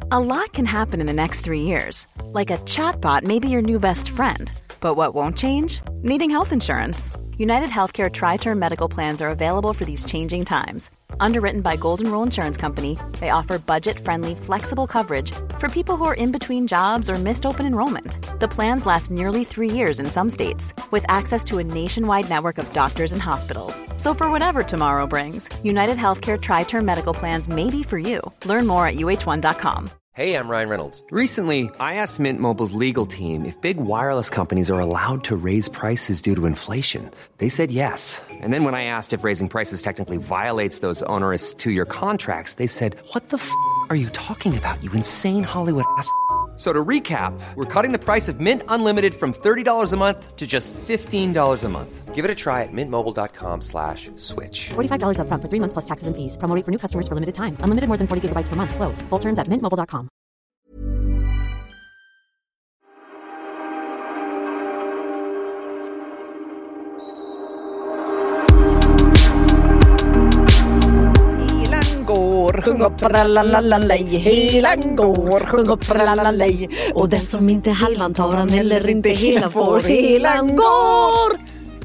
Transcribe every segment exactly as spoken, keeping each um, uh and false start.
A lot can happen in the next three years. Like a chatbot may be your new best friend. But what won't change? Needing health insurance. United Healthcare Tri-Term Medical Plans are available for these changing times. Underwritten by Golden Rule Insurance Company, they offer budget-friendly, flexible coverage for people who are in between jobs or missed open enrollment. The plans last nearly three years in some states, with access to a nationwide network of doctors and hospitals. So for whatever tomorrow brings, United Healthcare Tri-Term Medical Plans may be for you. Learn more at U H one dot com. Hey, I'm Ryan Reynolds. Recently, I asked Mint Mobile's legal team if big wireless companies are allowed to raise prices due to inflation. They said yes. And then when I asked if raising prices technically violates those onerous two-year contracts, they said, what the f*** are you talking about, you insane Hollywood ass f- So to recap, we're cutting the price of Mint Unlimited from thirty dollars a month to just fifteen dollars a month. Give it a try at mintmobile.com slash switch. forty-five dollars up front for three months plus taxes and fees. Promo rate for new customers for limited time. Unlimited more than forty gigabytes per month. Slows full terms at mint mobile dot com. Sjung upp för lalalej, helan går. Sjung upp för lalalej. Och den som inte halvan tar han heller inte hela får. Helan går.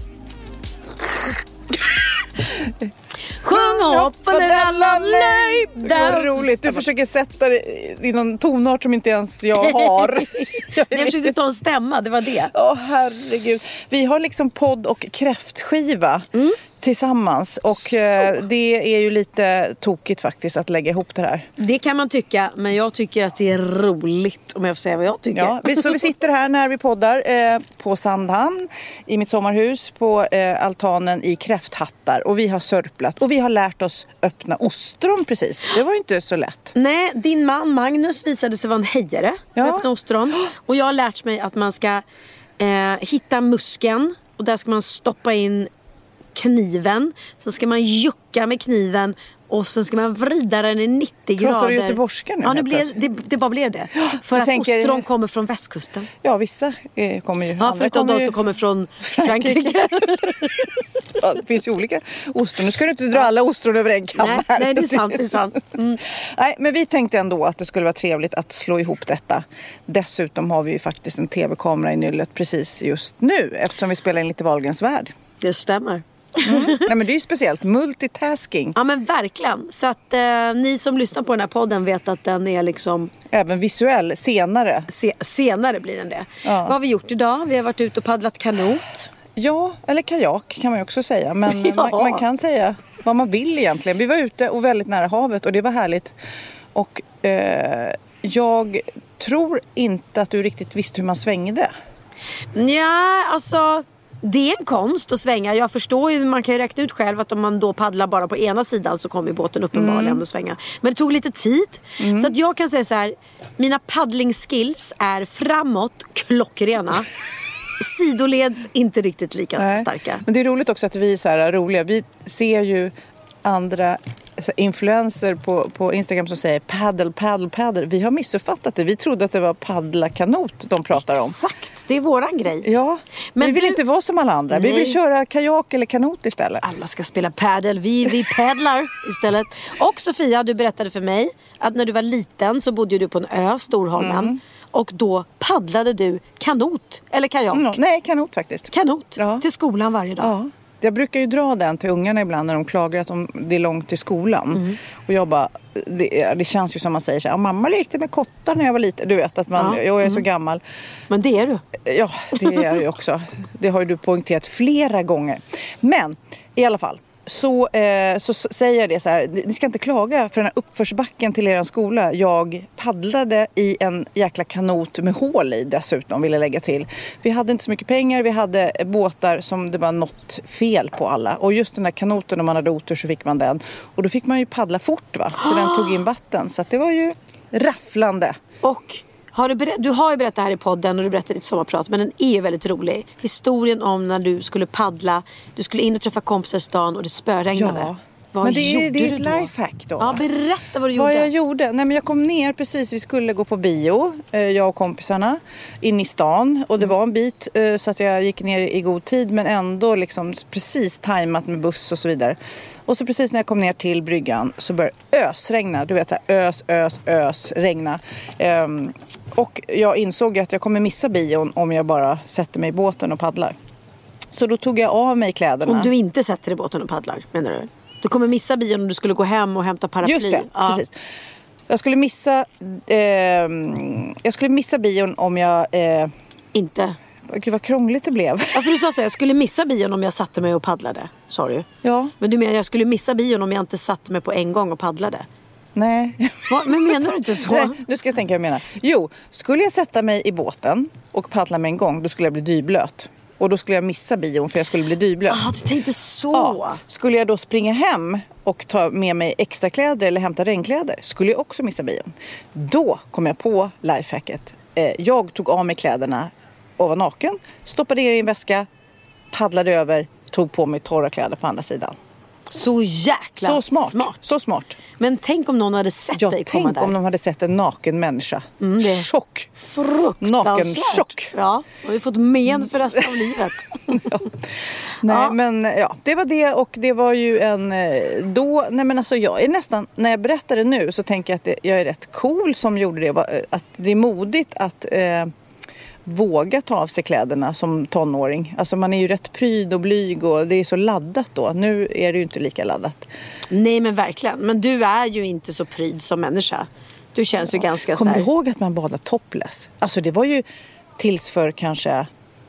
Sjung upp för lalalej. Det är roligt, du försöker sätta det i någon tonart som inte ens jag har. Jag försökte ta en stämma, det var det. Åh herregud. Vi har liksom podd och kräftskiva mm. tillsammans. Och eh, det är ju lite tokigt faktiskt att lägga ihop det här. Det kan man tycka, men jag tycker att det är roligt, om jag får säga vad jag tycker. Ja, vi, så vi sitter här när vi poddar eh, på Sandhamn i mitt sommarhus på eh, altanen i kräfthattar. Och vi har sörplat och vi har lärt oss öppna ostron precis. Det var ju inte så lätt. Nej, din man Magnus visade sig vara en hejare ja. öppna ostron. Och jag har lärt mig att man ska eh, hitta muskeln och där ska man stoppa in kniven. Sen ska man jucka med kniven och sen ska man vrida den i nittio grader. Pratar du göteborgska nu? Ja, nu blev, det, det bara blev det. För att tänker, ostron kommer från västkusten. Ja, vissa eh, kommer ju... Ja, förutom de som kommer från Frankrike. Frankrike. Ja, det finns ju olika ostron. Nu ska du inte dra alla ostron över en kammare. Nej, nej, det är sant. Det är sant. Mm. Nej, men vi tänkte ändå att det skulle vara trevligt att slå ihop detta. Dessutom har vi ju faktiskt en tv-kamera i nyllet precis just nu. Eftersom vi spelar in lite Wahlgrens värld. Det stämmer. Mm. Nej, men det är ju speciellt, multitasking. Ja, men verkligen. Så att eh, ni som lyssnar på den här podden vet att den är liksom även visuell, senare Se- Senare blir den det. Ja. Vad har vi gjort idag? Vi har varit ute och paddlat kanot. Ja, eller kajak kan man ju också säga. Men ja. man, man kan säga vad man vill egentligen. Vi var ute och väldigt nära havet och det var härligt. Och eh, jag tror inte att du riktigt visste hur man svängde. Ja, alltså det är en konst att svänga. Jag förstår ju, man kan ju räkna ut själv att om man då paddlar bara på ena sidan så kommer båten uppenbarligen mm. att svänga. Men det tog lite tid. Mm. Så att jag kan säga så här, mina paddlingskills är framåt klockrena. Sidoleds inte riktigt lika Nej. starka. Men det är roligt också att vi är så här roliga. Vi ser ju andra influencer på, på Instagram som säger paddle, paddle, paddle. Vi har missuppfattat det. Vi trodde att det var paddla kanot de pratar om. Exakt, det är våran grej. Ja, men vi vill du... inte vara som alla andra. Nej. Vi vill köra kajak eller kanot istället. Alla ska spela paddle. Vi, vi paddlar istället. Och Sofia, du berättade för mig att när du var liten så bodde du på en ö, Storholmen. Mm. Och då paddlade du kanot eller kajak? Mm, nej, kanot faktiskt. Kanot, ja. Till skolan varje dag. Ja. Jag brukar ju dra den till ungarna ibland när de klagar att de, det är långt till skolan. Mm. Och jag bara, det, det känns ju som man säger så här, mamma lekte med kottar när jag var liten. Du vet att man, ja. jag är mm. så gammal. Men det är du. Ja, det är jag ju också. Det har ju du poängterat flera gånger. Men i alla fall. Så, eh, så säger jag det så här, ni ska inte klaga för den här uppförsbacken till er skola. Jag paddlade i en jäkla kanot med hål i dessutom, vill jag lägga till. Vi hade inte så mycket pengar, vi hade båtar som det var något fel på alla. Och just den här kanoten, om man hade otur så fick man den. Och då fick man ju paddla fort va, för den tog in vatten. Så att det var ju rafflande. Och... Har du, berätt, du har ju berättat det här i podden och du berättade ditt sommarprat, men den är ju väldigt rolig. Historien om när du skulle paddla, du skulle in och träffa kompisar i stan och det spöregnade. Ja, Vad men det är, gjorde det är ett du då? lifehack då. Ja, berätta vad du gjorde. Vad jag gjorde? Nej, men jag kom ner precis, vi skulle gå på bio, jag och kompisarna, in i stan. Och det var en bit så att jag gick ner i god tid, men ändå liksom precis tajmat med buss och så vidare. Och så precis när jag kom ner till bryggan så började ösregna. Du vet, så här, ös, ös, ös, regna. Um, och jag insåg att jag kommer missa bion om jag bara sätter mig i båten och paddlar. Så då tog jag av mig kläderna. Om du inte sätter dig i båten och paddlar, menar du? Du kommer missa bion om du skulle gå hem och hämta paraply. Just det, ja. precis. Jag skulle missa eh, jag skulle missa bion om jag eh, inte. Gud vad krångligt det blev. Ja, för du sa så här, jag skulle missa bion om jag satte mig och paddlade, sa du. Ja. Men du menar jag skulle missa bion om jag inte satte mig på en gång och paddlade? Nej. Va? Men menar du inte så? Nej, nu ska jag tänka vad jag menar. Jo, skulle jag sätta mig i båten och paddla med en gång, då skulle jag bli dyblöt. Och då skulle jag missa bion för jag skulle bli dyblöt. Ah, du tänkte så. Ja. Skulle jag då springa hem och ta med mig extra kläder eller hämta regnkläder, skulle jag också missa bion. Då kom jag på lifehacket. Eh, jag tog av mig kläderna och var naken, stoppade ner i en väska, paddlade över, tog på mig torra kläder på andra sidan. Så jäkla Så smart. smart. Så smart. Men tänk om någon hade sett Ja, dig komma tänk där. om de hade sett en naken människa. Mm, det- Chock. Fruktansvärt. Naken chock. Ja, och vi har fått men för resten av livet. Ja. Nej, Ja. men ja, det var det, och det var ju en eh, då, nej men alltså jag är nästan, när jag berättar det nu så tänker jag att det, jag är rätt cool som gjorde det, Va- att det är modigt att eh, våga ta av sig kläderna som tonåring. Alltså man är ju rätt pryd och blyg och det är så laddat då. Nu är det ju inte lika laddat. Nej, men verkligen. Men du är ju inte så pryd som människa. Du känns ju ganska så Kommer här... du ihåg att man badade topless? Alltså det var ju tills för kanske,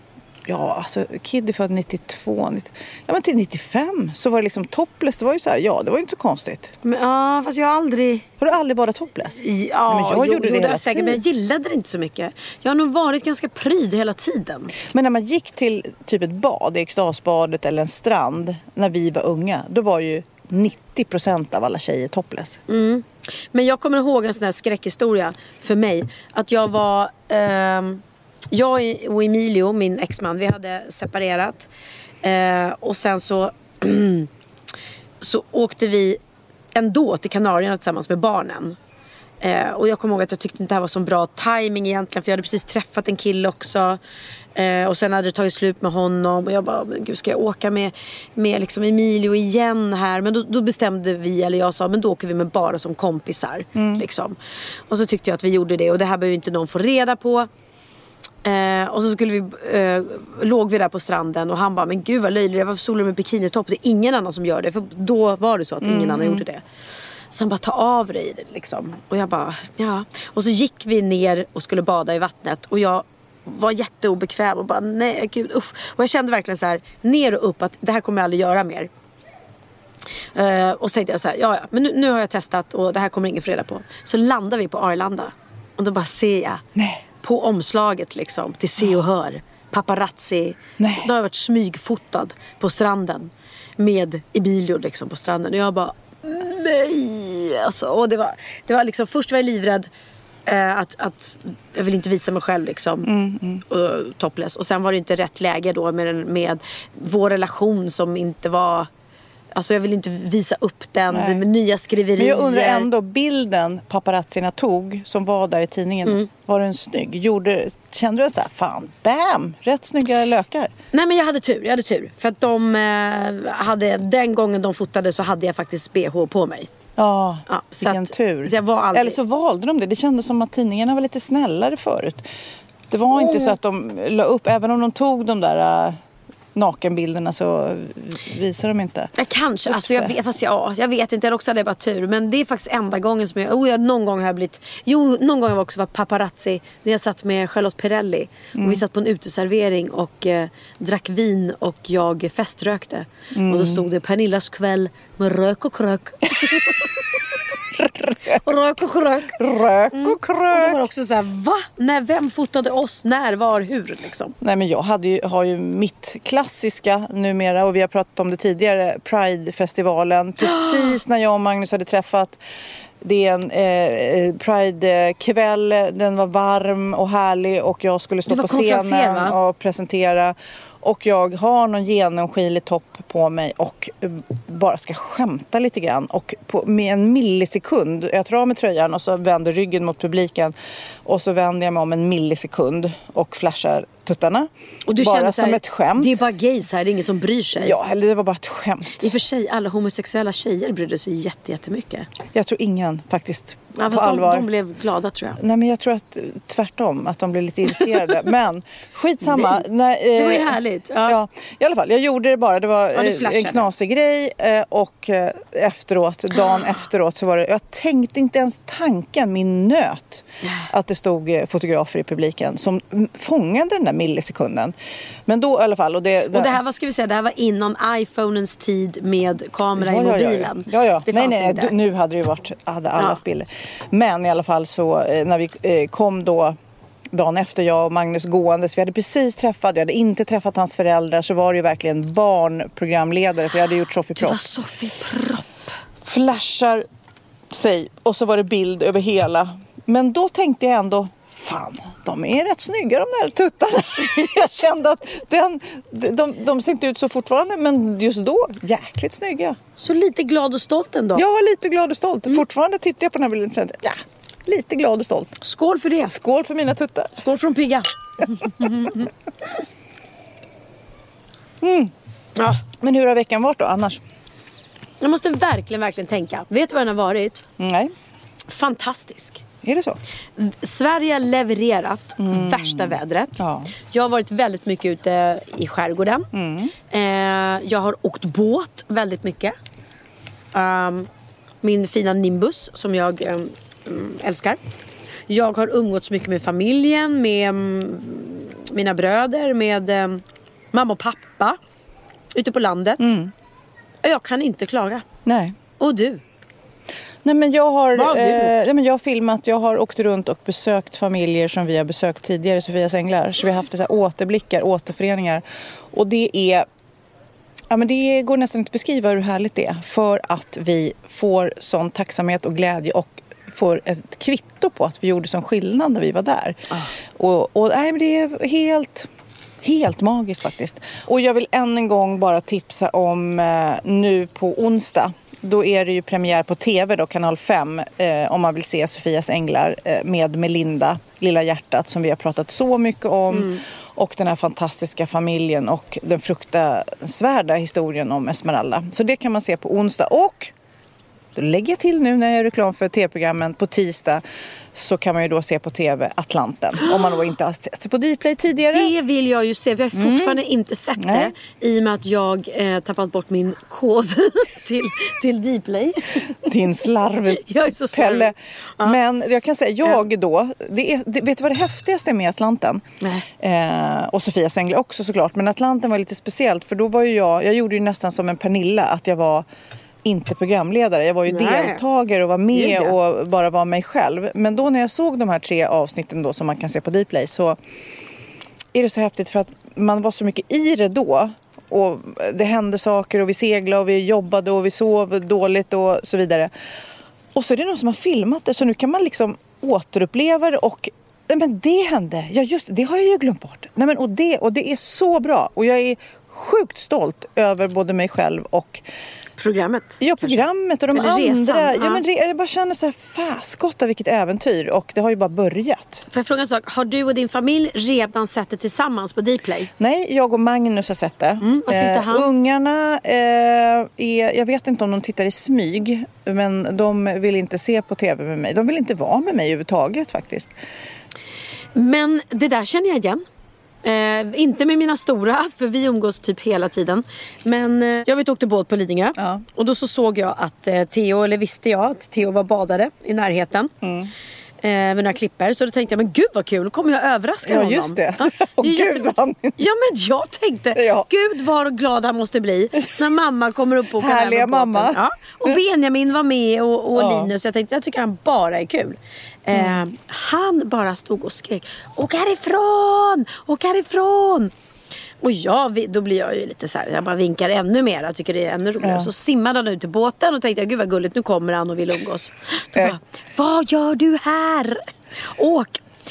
ja alltså Kid är född nittiotvå, nittio, ja men till nittiofem så var det liksom topless. Det var ju så här, ja det var ju inte så konstigt. Men, ja, fast jag har aldrig... Har du aldrig badat topless? Ja, Nej, men jag jo, gjorde det jo, hela säkert, men jag gillade det inte så mycket. Jag har nog varit ganska pryd hela tiden. Men när man gick till typ ett bad, Eriksdalsbadet eller en strand när vi var unga, då var ju nittio procent av alla tjejer topless. Mm. Men jag kommer ihåg en sån här skräckhistoria för mig. Att jag var... ehm, jag och Emilio, min exman, vi hade separerat. Eh, och sen så... så åkte vi ändå till Kanarierna tillsammans med barnen. Eh, och jag kommer ihåg att jag tyckte inte det här var så bra timing egentligen. För jag hade precis träffat en kille också. Eh, och sen hade det tagit slut med honom. Och jag bara, men gud, ska jag åka med, med liksom Emilio igen här? Men då, då bestämde vi, eller jag sa, men då åker vi med bara som kompisar. Mm. Liksom. Och så tyckte jag att vi gjorde det. Och det här behöver ju inte någon få reda på. Eh, och så skulle vi eh, låg vi där på stranden och han bara, men gud vad löjligt, det var solen med bikinitopp, det är ingen annan som gör det, för då var det så att ingen mm. annan gjorde det. Så han bara, ta av dig det liksom. Och jag bara, ja. Och så gick vi ner och skulle bada i vattnet och jag var jätteobekväm och bara, nej gud, usch. Och jag kände verkligen så här, ner och upp, att det här kommer jag aldrig göra mer. Uh, och så tänkte jag så här, ja, ja men nu, nu har jag testat och det här kommer ingen få reda på. Så landar vi på Arlanda och då bara ser jag Nej. på omslaget liksom, till Se och Hör, paparazzi. Nej. Då har jag varit smygfotad på stranden med Emilio liksom på stranden och jag bara, nej alltså. Och det var, det var liksom, först var jag livrädd eh, att, att jag vill inte visa mig själv liksom mm, mm. Uh, topless. Och sen var det inte rätt läge då med, med vår relation som inte var, alltså jag vill inte visa upp den. Nej. Med nya skriverier. Men jag undrar ändå, bilden paparazzierna tog som var där i tidningen, mm. var den snygg? Gjorde, kände du så här, fan, bam, rätt snygga lökar? Nej, men jag hade tur, jag hade tur. För att de eh, hade, den gången de fotade så hade jag faktiskt B H på mig. Ja, ja vilken att, tur. Så jag var aldrig... Eller så valde de det. Det kändes som att tidningarna var lite snällare förut. Det var mm. inte så att de la upp, även om de tog de där uh, nakenbilderna så visar de inte. Ja, kanske, alltså jag vet, fast ja, jag vet inte, eller också hade jag bara tur. Men det är faktiskt enda gången som jag, oh, jag någon gång har jag blivit, jo, någon gång har jag också varit paparazzi när jag satt med Charlotte Perrelli. Mm. Och vi satt på en uteservering och eh, drack vin och jag feströkte. Mm. Och då stod det Pernillas kväll med rök och krök. Rök och krök. Rök och krök. Mm. Och då var det också så här, va? När, vem fotade oss? När, var, hur liksom? Nej, men jag hade ju, har ju mitt klassiska numera, och vi har pratat om det tidigare, Pride-festivalen. Precis när jag och Magnus hade träffat. Det är en eh, Pride-kväll. Den var varm och härlig och jag skulle stå på scenen och presentera. Och jag har någon genomskinlig topp på mig och bara ska skämta lite grann. Och på, med en millisekund, jag tar av mig tröjan och så vänder ryggen mot publiken. Och så vänder jag mig om en millisekund och flashar tuttarna. Och du bara känner som här, ett skämt. Det är bara gays här, det är ingen som bryr sig. Ja, eller det var bara ett skämt. I och för sig, alla homosexuella tjejer brydde sig jätte, jättemycket. Jag tror ingen faktiskt ja, på fast allvar. De, de blev glada, tror jag. Nej, men jag tror att tvärtom, att de blev lite irriterade. Men skitsamma. Nej. Nej, det var ju härligt. Ja. Ja, i alla fall. Jag gjorde det bara. Det var ja, eh, en knasig grej. Eh, och eh, efteråt, dagen efteråt så var det... Jag tänkte inte ens tanken, min nöt, att det stod eh, fotografer i publiken som fångade den där millisekunden. Men då i alla fall... Och det, det, och det här, vad ska vi säga, det här var innan iPhonens tid med kamera ja, i ja, mobilen. Ja, ja. ja. Det nej, fanns nej, inte. Du, nu hade det ju varit... Hade alla Ja. bilder. Men i alla fall så, eh, när vi eh, kom då... Dagen efter jag och Magnus gåendes, vi hade precis träffat, jag hade inte träffat hans föräldrar, så var det ju verkligen barnprogramledare, för jag hade gjort Sofie Du var Propp. Sofie Propp. Flashar sig och så var det bild över hela. Men då tänkte jag ändå, fan, de är rätt snygga de där tuttarna. Jag kände att den, de, de ser inte ut så fortfarande, men just då, jäkligt snygga. Så lite glad och stolt ändå. Jag var lite glad och stolt. Mm. Fortfarande tittar jag på den här bilden och säger, ja, lite glad och stolt. Skål för det. Skål för mina tuttar. Skål från Pigga. mm. Ja. Men hur har veckan varit då annars? Jag måste verkligen, verkligen tänka. Vet du vad den har varit? Nej. Fantastisk. Är det så? Sverige har levererat mm. värsta vädret. Ja. Jag har varit väldigt mycket ute i skärgården. Mm. Eh, jag har åkt båt väldigt mycket. Um, min fina Nimbus som jag um, älskar. Jag har umgåtts mycket med familjen, med um, mina bröder, med um, mamma och pappa ute på landet. Mm. Jag kan inte klaga. Nej. Och du? Nej, men jag har, Vad har du eh, gjort? nej, men jag har filmat, jag har åkt runt och besökt familjer som vi har besökt tidigare, Sofias Änglar. Så vi har haft så här återblickar, återföreningar. Och det är, ja, men det går nästan inte att beskriva hur härligt det är. För att vi får sån tacksamhet och glädje och får ett kvitto på att vi gjorde sån skillnad när vi var där. Ah. Och, och nej, men det är helt... Helt magiskt faktiskt. Och jag vill än en gång bara tipsa om eh, nu på onsdag. Då är det ju premiär på tv då, kanal fem. Eh, om man vill se Sofias Änglar eh, med Melinda, Lilla hjärtat, som vi har pratat så mycket om. Mm. Och den här fantastiska familjen och den fruktansvärda historien om Esmeralda. Så det kan man se på onsdag. Och då lägger jag till nu när jag gör reklam för tv-programmen på tisdag, så kan man ju då se på tv Atlanten. Om man då inte har sett på Dplay tidigare. Det vill jag ju se, för jag har fortfarande mm. inte sett Nej. det. I och med att jag eh, tappat bort min kod till, till Dplay. Din slarv. Jag är så slarv. Pelle. Ja. Men jag kan säga, jag då, det är, det, vet du vad det häftigaste är med Atlanten? Nej. Eh, och Sofias Änglar också såklart. Men Atlanten var lite speciellt, för då var ju jag, jag gjorde ju nästan som en Pernilla, att jag var inte programledare. Jag var ju Nej. deltagare och var med Gud, ja. och bara var mig själv. Men då när jag såg de här tre avsnitten då som man kan se på Dplay, så är det så häftigt för att man var så mycket i det då. Och det hände saker och vi seglade och vi jobbade och vi sov dåligt och så vidare. Och så är det någon som har filmat det, så nu kan man liksom återuppleva det och nej, men det hände. Ja, just det, det har jag ju glömt bort. Nej, men och det och det är så bra och jag är sjukt stolt över både mig själv och programmet. Ja, programmet och de Eller andra. resan, ja, ja. men re- jag bara känner så här, fäskott av vilket äventyr, och det har ju bara börjat. Får jag fråga en sak? Har du och din familj redan sett det tillsammans på Dplay? Nej, jag och Magnus har sett det. Mm, vad tyckte eh, han? Ungarna eh, är, jag vet inte om de tittar i smyg, men de vill inte se på tv med mig. De vill inte vara med mig överhuvudtaget faktiskt. Men det där känner jag igen. Eh, inte med mina stora, för vi umgås typ hela tiden. Men eh, jag vet åkte båt på Lidingö. Ja. Och då så såg jag att eh, Theo, eller visste jag att Theo var badare i närheten. Mm. Eh, vid några klipper. Så då tänkte jag, men gud vad kul, kommer jag överraska Ja, honom. just det. Ja, det Och är gud, jätteroligt. han... Ja, men jag tänkte, Ja. gud vad glad han måste bli när mamma kommer upp och Härliga mamma. Ja. Och Benjamin var med och, och Ja. Linus. Jag tänkte, jag tycker han bara är kul. Mm. Eh, han bara stod och skrek, åk härifrån, åk härifrån. Och jag, då blir jag ju lite så här, jag bara vinkar ännu mer. Jag tycker det är ännu roligare. Ja. Så simmade han ut till båten och tänkte, gud vad gulligt, nu kommer han och vill umgås. Då bara, vad gör du här? Åk.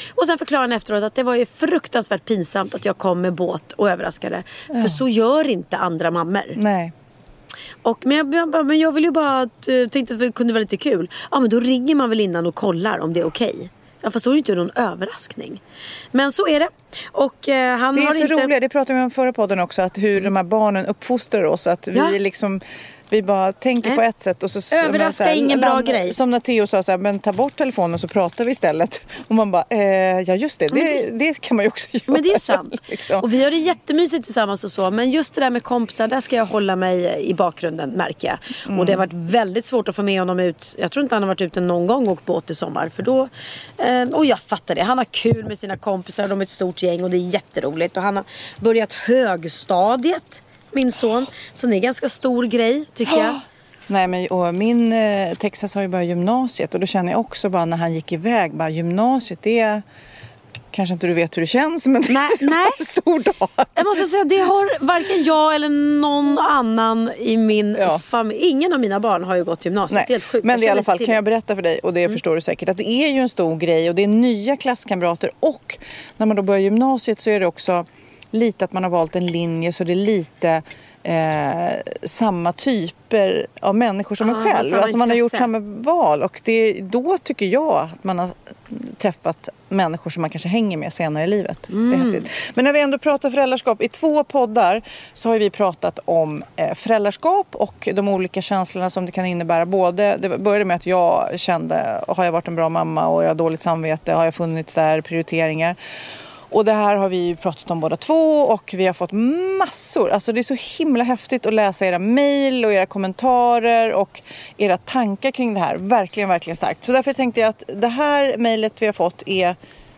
Och sen förklarade han efteråt att det var ju fruktansvärt pinsamt att jag kom med båt och överraskade. Ja. För så gör inte andra mammor. Nej. Och, men, jag, jag, men jag vill ju bara att, tänkte att det kunde vara lite kul. Ja, men då ringer man väl innan och kollar om det är okej. Okay. Jag förstår ju inte någon överraskning. Men så är det. Och, eh, han det är har så inte... roligt, det pratade vi om förra podden också. Att hur de här barnen uppfostrar oss. Att vi ja. liksom... Vi bara tänker Nej. på ett sätt och så... Överraska så här, ingen bra land, grej. Som när Theo sa så här, men ta bort telefonen så pratar vi istället. Och man bara, eh, ja just det, det, det kan man ju också göra. Men det är ju sant. liksom. Och vi har det jättemysigt tillsammans och så. Men just det där med kompisar, där ska jag hålla mig i bakgrunden, märker jag. Mm. Och det har varit väldigt svårt att få med honom ut. Jag tror inte han har varit ute någon gång och åkt båt i sommar. För då, eh, och jag fattar det. Han har kul med sina kompisar, de är ett stort gäng och det är jätteroligt. Och han har börjat högstadiet. Min son. Så det är en ganska stor grej, tycker jag. Nej, men och min eh, Texas har ju börjat gymnasiet. Och då känner jag också bara när han gick iväg. Bara gymnasiet, det är... Kanske inte du vet hur det känns, men nej, det är nej. en stor dag. Jag måste säga, det har varken jag eller någon annan i min ja. familj. Ingen av mina barn har ju gått gymnasiet. Nej. Det är helt sjukt. Men det i alla fall kan jag berätta för dig, och det mm. förstår du säkert, att det är ju en stor grej. Och det är nya klasskamrater. Och när man då börjar gymnasiet så är det också lite att man har valt en linje. Så det är lite... Eh, samma typer av människor som ah, en själv. Alltså man har gjort samma val. Och det, då tycker jag att man har träffat människor som man kanske hänger med senare i livet. Mm. Det är häftigt. Men när vi ändå pratar föräldraskap, i två poddar så har vi pratat om eh, föräldraskap och de olika känslorna som det kan innebära. Både, det började med att jag kände, har jag varit en bra mamma och jag har dåligt samvete, har jag funnits där, prioriteringar. Och det här har vi pratat om båda två och vi har fått massor. Alltså det är så himla häftigt att läsa era mejl och era kommentarer och era tankar kring det här. Verkligen, verkligen starkt. Så därför tänkte jag att det här mejlet vi har fått är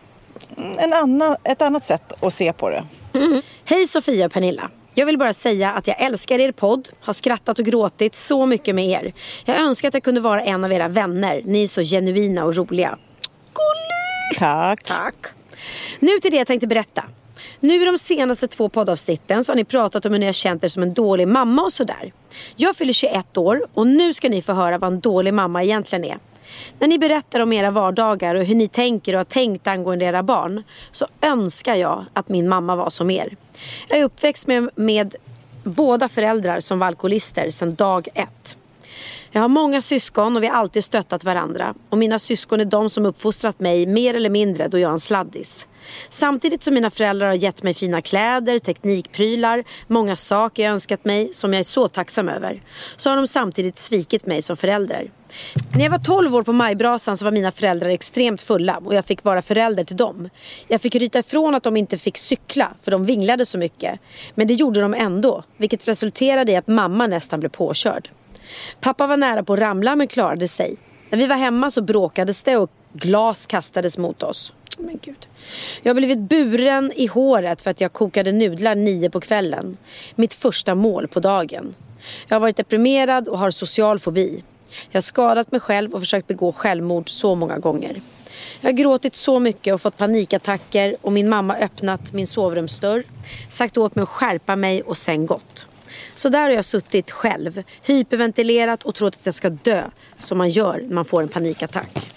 en annan, ett annat sätt att se på det. Mm. Hej Sofia och Pernilla. Jag vill bara säga att jag älskar er podd, har skrattat och gråtit så mycket med er. Jag önskar att jag kunde vara en av era vänner. Ni är så genuina och roliga. Gullig! Tack. Tack. Nu till det jag tänkte berätta. Nu i de senaste två poddavsnitten så har ni pratat om hur ni har känt er som en dålig mamma och sådär. Jag fyller tjugoett år och nu ska ni få höra vad en dålig mamma egentligen är. När ni berättar om era vardagar och hur ni tänker och har tänkt angående era barn så önskar jag att min mamma var som er. Jag är uppväxt med, med båda föräldrar som var alkoholister sedan dag ett. Jag har många syskon och vi har alltid stöttat varandra. Och mina syskon är de som uppfostrat mig mer eller mindre då jag är en sladdis. Samtidigt som mina föräldrar har gett mig fina kläder, teknikprylar, många saker jag önskat mig som jag är så tacksam över. Så har de samtidigt svikit mig som förälder. När jag var tolv år på Majbrasan så var mina föräldrar extremt fulla och jag fick vara förälder till dem. Jag fick ryta ifrån att de inte fick cykla för de vinglade så mycket. Men det gjorde de ändå, vilket resulterade i att mamma nästan blev påkörd. Pappa var nära på att ramla men klarade sig. När vi var hemma så bråkades det och glas kastades mot oss. Men gud. Jag har blivit buren i håret för att jag kokade nudlar nio på kvällen. Mitt första mål på dagen. Jag har varit deprimerad och har social fobi. Jag har skadat mig själv och försökt begå självmord så många gånger. Jag har gråtit så mycket och fått panikattacker och min mamma öppnat min sovrumsdörr, sagt åt mig att skärpa mig och sen gått. Så där har jag suttit själv, hyperventilerat och trott att jag ska dö som man gör när man får en panikattack.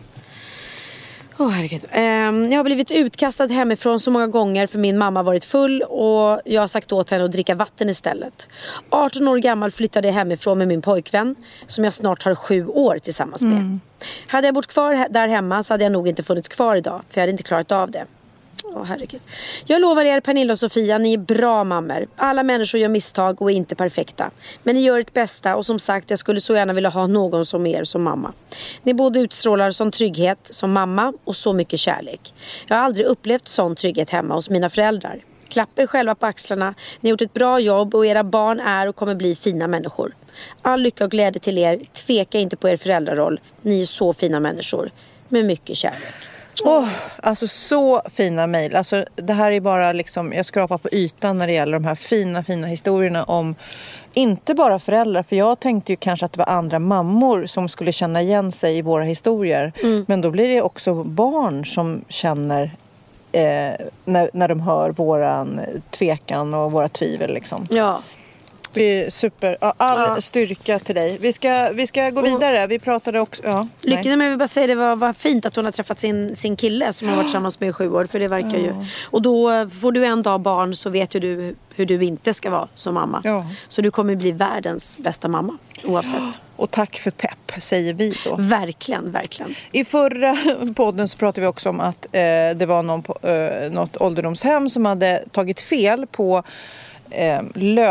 Åh oh, herregud. Jag har blivit utkastad hemifrån så många gånger för min mamma varit full och jag har sagt åt henne att dricka vatten istället. arton år gammal flyttade jag hemifrån med min pojkvän som jag snart har sju år tillsammans med. Mm. Hade jag bott kvar där hemma så hade jag nog inte funnits kvar idag för jag hade inte klarat av det. Åh, herregud. Jag lovar er Pernilla och Sofia, ni är bra mammor. Alla människor gör misstag och är inte perfekta. Men ni gör ert bästa och som sagt, jag skulle så gärna vilja ha någon som er som mamma. Ni både utstrålar som trygghet som mamma och så mycket kärlek. Jag har aldrig upplevt sån trygghet hemma hos mina föräldrar. Klappa er själva på axlarna. Ni har gjort ett bra jobb och era barn är och kommer bli fina människor. All lycka och glädje till er. Tveka inte på er föräldraroll. Ni är så fina människor. Med mycket kärlek. Oh, alltså så fina mejl. Alltså, det här är bara liksom, jag skrapar på ytan när det gäller de här fina, fina historierna om inte bara föräldrar. För jag tänkte ju kanske att det var andra mammor som skulle känna igen sig i våra historier. Mm. Men då blir det också barn som känner eh, när, när de hör våran tvekan och våra tvivel liksom. Ja. Vi är super. Ja, all Ja. styrka till dig. Vi ska, vi ska gå vidare. Vi pratade också... Ja, Lycka nej. med, jag vill bara säga det var, var fint att hon har träffat sin, sin kille som har varit tillsammans med i sju år. För det verkar ju. Och då får du en dag barn så vet ju du hur du inte ska vara som mamma. Ja. Så du kommer bli världens bästa mamma oavsett. Och tack för pepp, säger vi då. Verkligen, verkligen. I förra podden så pratade vi också om att eh, det var någon på, eh, något ålderdomshem som hade tagit fel på eh,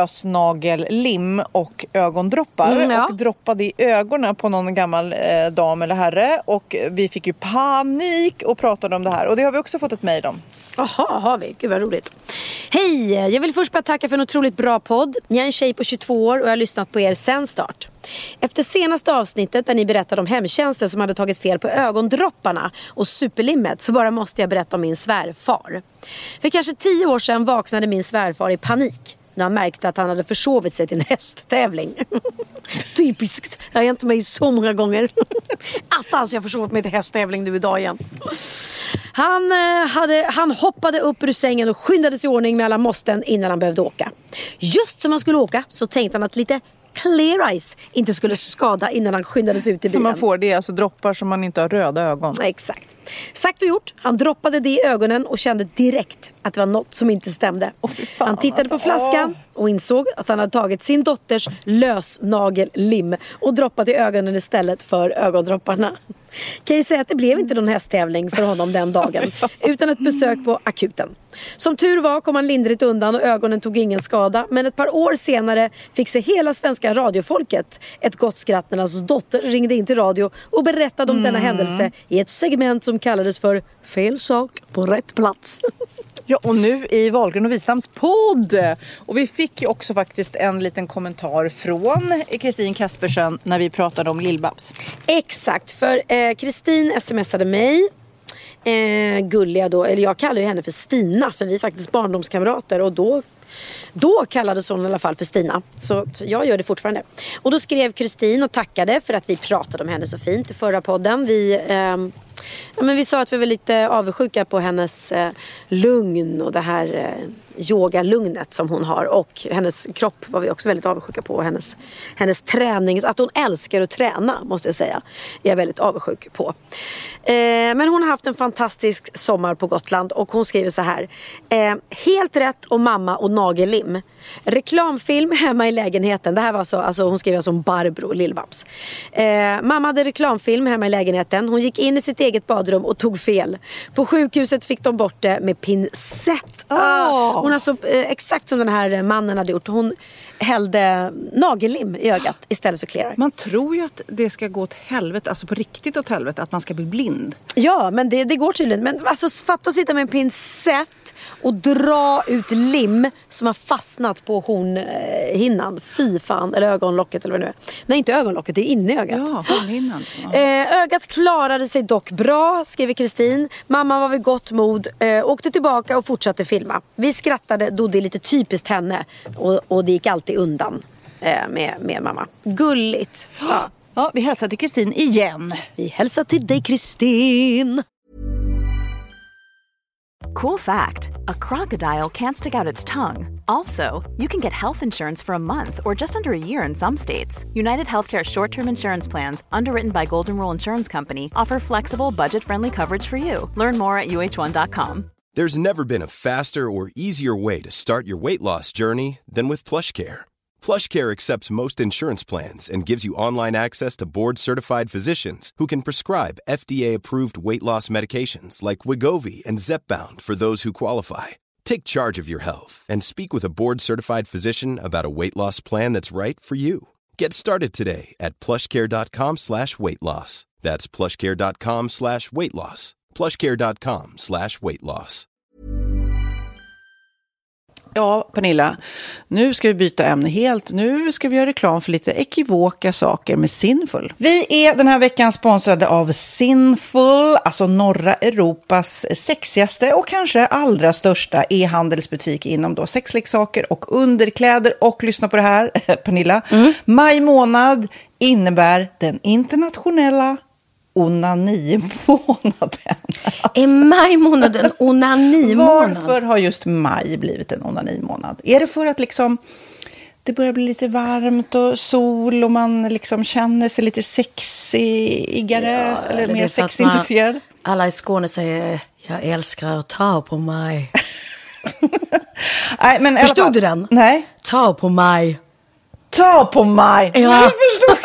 lösnagellim och ögondroppar. Mm, ja. Och droppade i ögonen på någon gammal eh, dam eller herre. Och vi fick ju panik och pratade om det här. Och det har vi också fått ett mejl om. Jaha, har vi. Gud vad roligt. Hej, jag vill först bara tacka för en otroligt bra podd. Jag är en tjej på tjugotvå år och jag har lyssnat på er sen start. Efter senaste avsnittet där ni berättade om hemtjänsten som hade tagit fel på ögondropparna och superlimmet så bara måste jag berätta om min svärfar. För kanske tio år sedan vaknade min svärfar i panik när han märkte att han hade försovit sig till en hästtävling. Typiskt, jag har hänt mig så många gånger. Att alltså jag försovit mig till hästtävling nu idag igen. Han, eh, hade, han hoppade upp ur sängen och skyndade sig i ordning med alla måsten innan han behövde åka. Just som han skulle åka så tänkte han att lite clear ice inte skulle skada innan han skyndade sig ut i bilen. Så man får det, alltså droppar som man inte har röda ögon. Exakt. Sagt och gjort, han droppade det i ögonen och kände direkt att det var något som inte stämde. Oh, fan, han tittade på alltså. flaskan och insåg att han hade tagit sin dotters lösnagellim och droppat i ögonen istället för ögondropparna. Kan jag säga att det blev inte någon hästtävling för honom den dagen utan ett besök på akuten. Som tur var kom han lindrigt undan och ögonen tog ingen skada, men ett par år senare fick sig hela svenska radiofolket ett gott skratt när hans dotter ringde in till radio och berättade om mm. denna händelse i ett segment som kallades för Fel sak på rätt plats. Ja, och nu i Wahlgren och Wistams podd. Och vi fick ju också faktiskt en liten kommentar från Kristin Kaspersen när vi pratade om Lill-Babs. Exakt, för Kristin eh, smsade mig. Eh, gulliga då, eller jag kallar ju henne för Stina för vi är faktiskt barndomskamrater och då Då kallades hon i alla fall för Stina. Så jag gör det fortfarande. Och då skrev Kristin och tackade för att vi pratade om henne så fint i förra podden. Vi, eh, ja, men vi sa att vi var lite avundsjuka på hennes eh, lugn och det här eh, yogalugnet som hon har. Och hennes kropp var vi också väldigt avundsjuka på. Hennes, hennes träning, att hon älskar att träna måste jag säga. Är jag väldigt avundsjuk på. Eh, men hon har haft en fantastisk sommar på Gotland och hon skriver så här. Eh, helt rätt om mamma och nagellim. Reklamfilm hemma i lägenheten. Det här var så, alltså hon skrev som Barbro Lill-Babs. Eh, mamma hade reklamfilm hemma i lägenheten. Hon gick in i sitt eget badrum och tog fel. På sjukhuset fick de bort det med pincett. Oh. Hon alltså eh, exakt som den här mannen hade gjort. Hon hällde nagellim i ögat istället för clear. Man tror ju att det ska gå åt helvete, alltså på riktigt åt helvete, att man ska bli blind. Ja, men det, det går tydligen. Men alltså fatta att sitta med en pincett och dra ut lim som har fastnat på hornhinnan. Fy fan, eller ögonlocket eller vad det nu är. Nej, inte ögonlocket, det är inne i ögat. Ja, hornhinnan. Eh, ögat klarade sig dock bra, skriver Kristin. Mamma var vid gott mod, eh, åkte tillbaka och fortsatte filma. Vi skrattade då det är lite typiskt henne och, och det gick alltid undan eh, med, med mamma. Gulligt. Ja. Ja, vi hälsar till Kristin igen. Vi hälsar till dig, Kristin. Cool fact, a crocodile can't stick out its tongue. Also, you can get health insurance for a month or just under a year in some states. United Healthcare short-term insurance plans, underwritten by Golden Rule Insurance Company, offer flexible, budget-friendly coverage for you. Learn more at U H one dot com. There's never been a faster or easier way to start your weight loss journey than with PlushCare. PlushCare accepts most insurance plans and gives you online access to board-certified physicians who can prescribe F D A-approved weight loss medications like Wegovy and Zepbound for those who qualify. Take charge of your health and speak with a board-certified physician about a weight loss plan that's right for you. Get started today at plushcare.com slash weight loss. That's plushcare.com slash weight loss. plushcare.com slash weight loss. Ja, Pernilla, nu ska vi byta ämne helt. Nu ska vi göra reklam för lite ekivoka saker med Sinful. Vi är den här veckan sponsrade av Sinful, alltså norra Europas sexigaste och kanske allra största e-handelsbutik inom då sexleksaker och underkläder. Och lyssna på det här, Pernilla. Mm. Maj månad innebär den internationella onani-månaden. Alltså. Är maj-månaden onani-månad? Varför har just maj blivit en onani-månad? Är det för att liksom det börjar bli lite varmt och sol och man liksom känner sig lite sexigare Ja, eller, eller mer det är för att sexintresserad. man- Alla i Skåne säger, jag älskar att ta på mig. Nej, men i alla Förstod fall- du den? Nej. Ta på mig. Ta på mig! Ja. Jag förstår.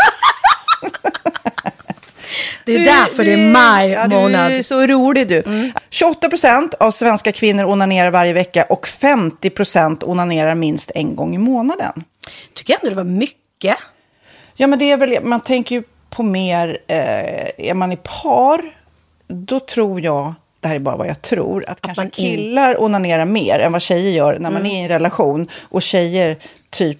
Det är därför det är maj ja, månad. Du är så rolig du. Mm. tjugoåtta procent av svenska kvinnor onanerar varje vecka och femtio procent onanerar minst en gång i månaden. Tycker jag ändå det var mycket. Ja, men det är väl, man tänker ju på mer, eh, är man i par, då tror jag, det här är bara vad jag tror, att, att kanske man killar onanerar mer än vad tjejer gör när man mm. är i en relation. Och tjejer typ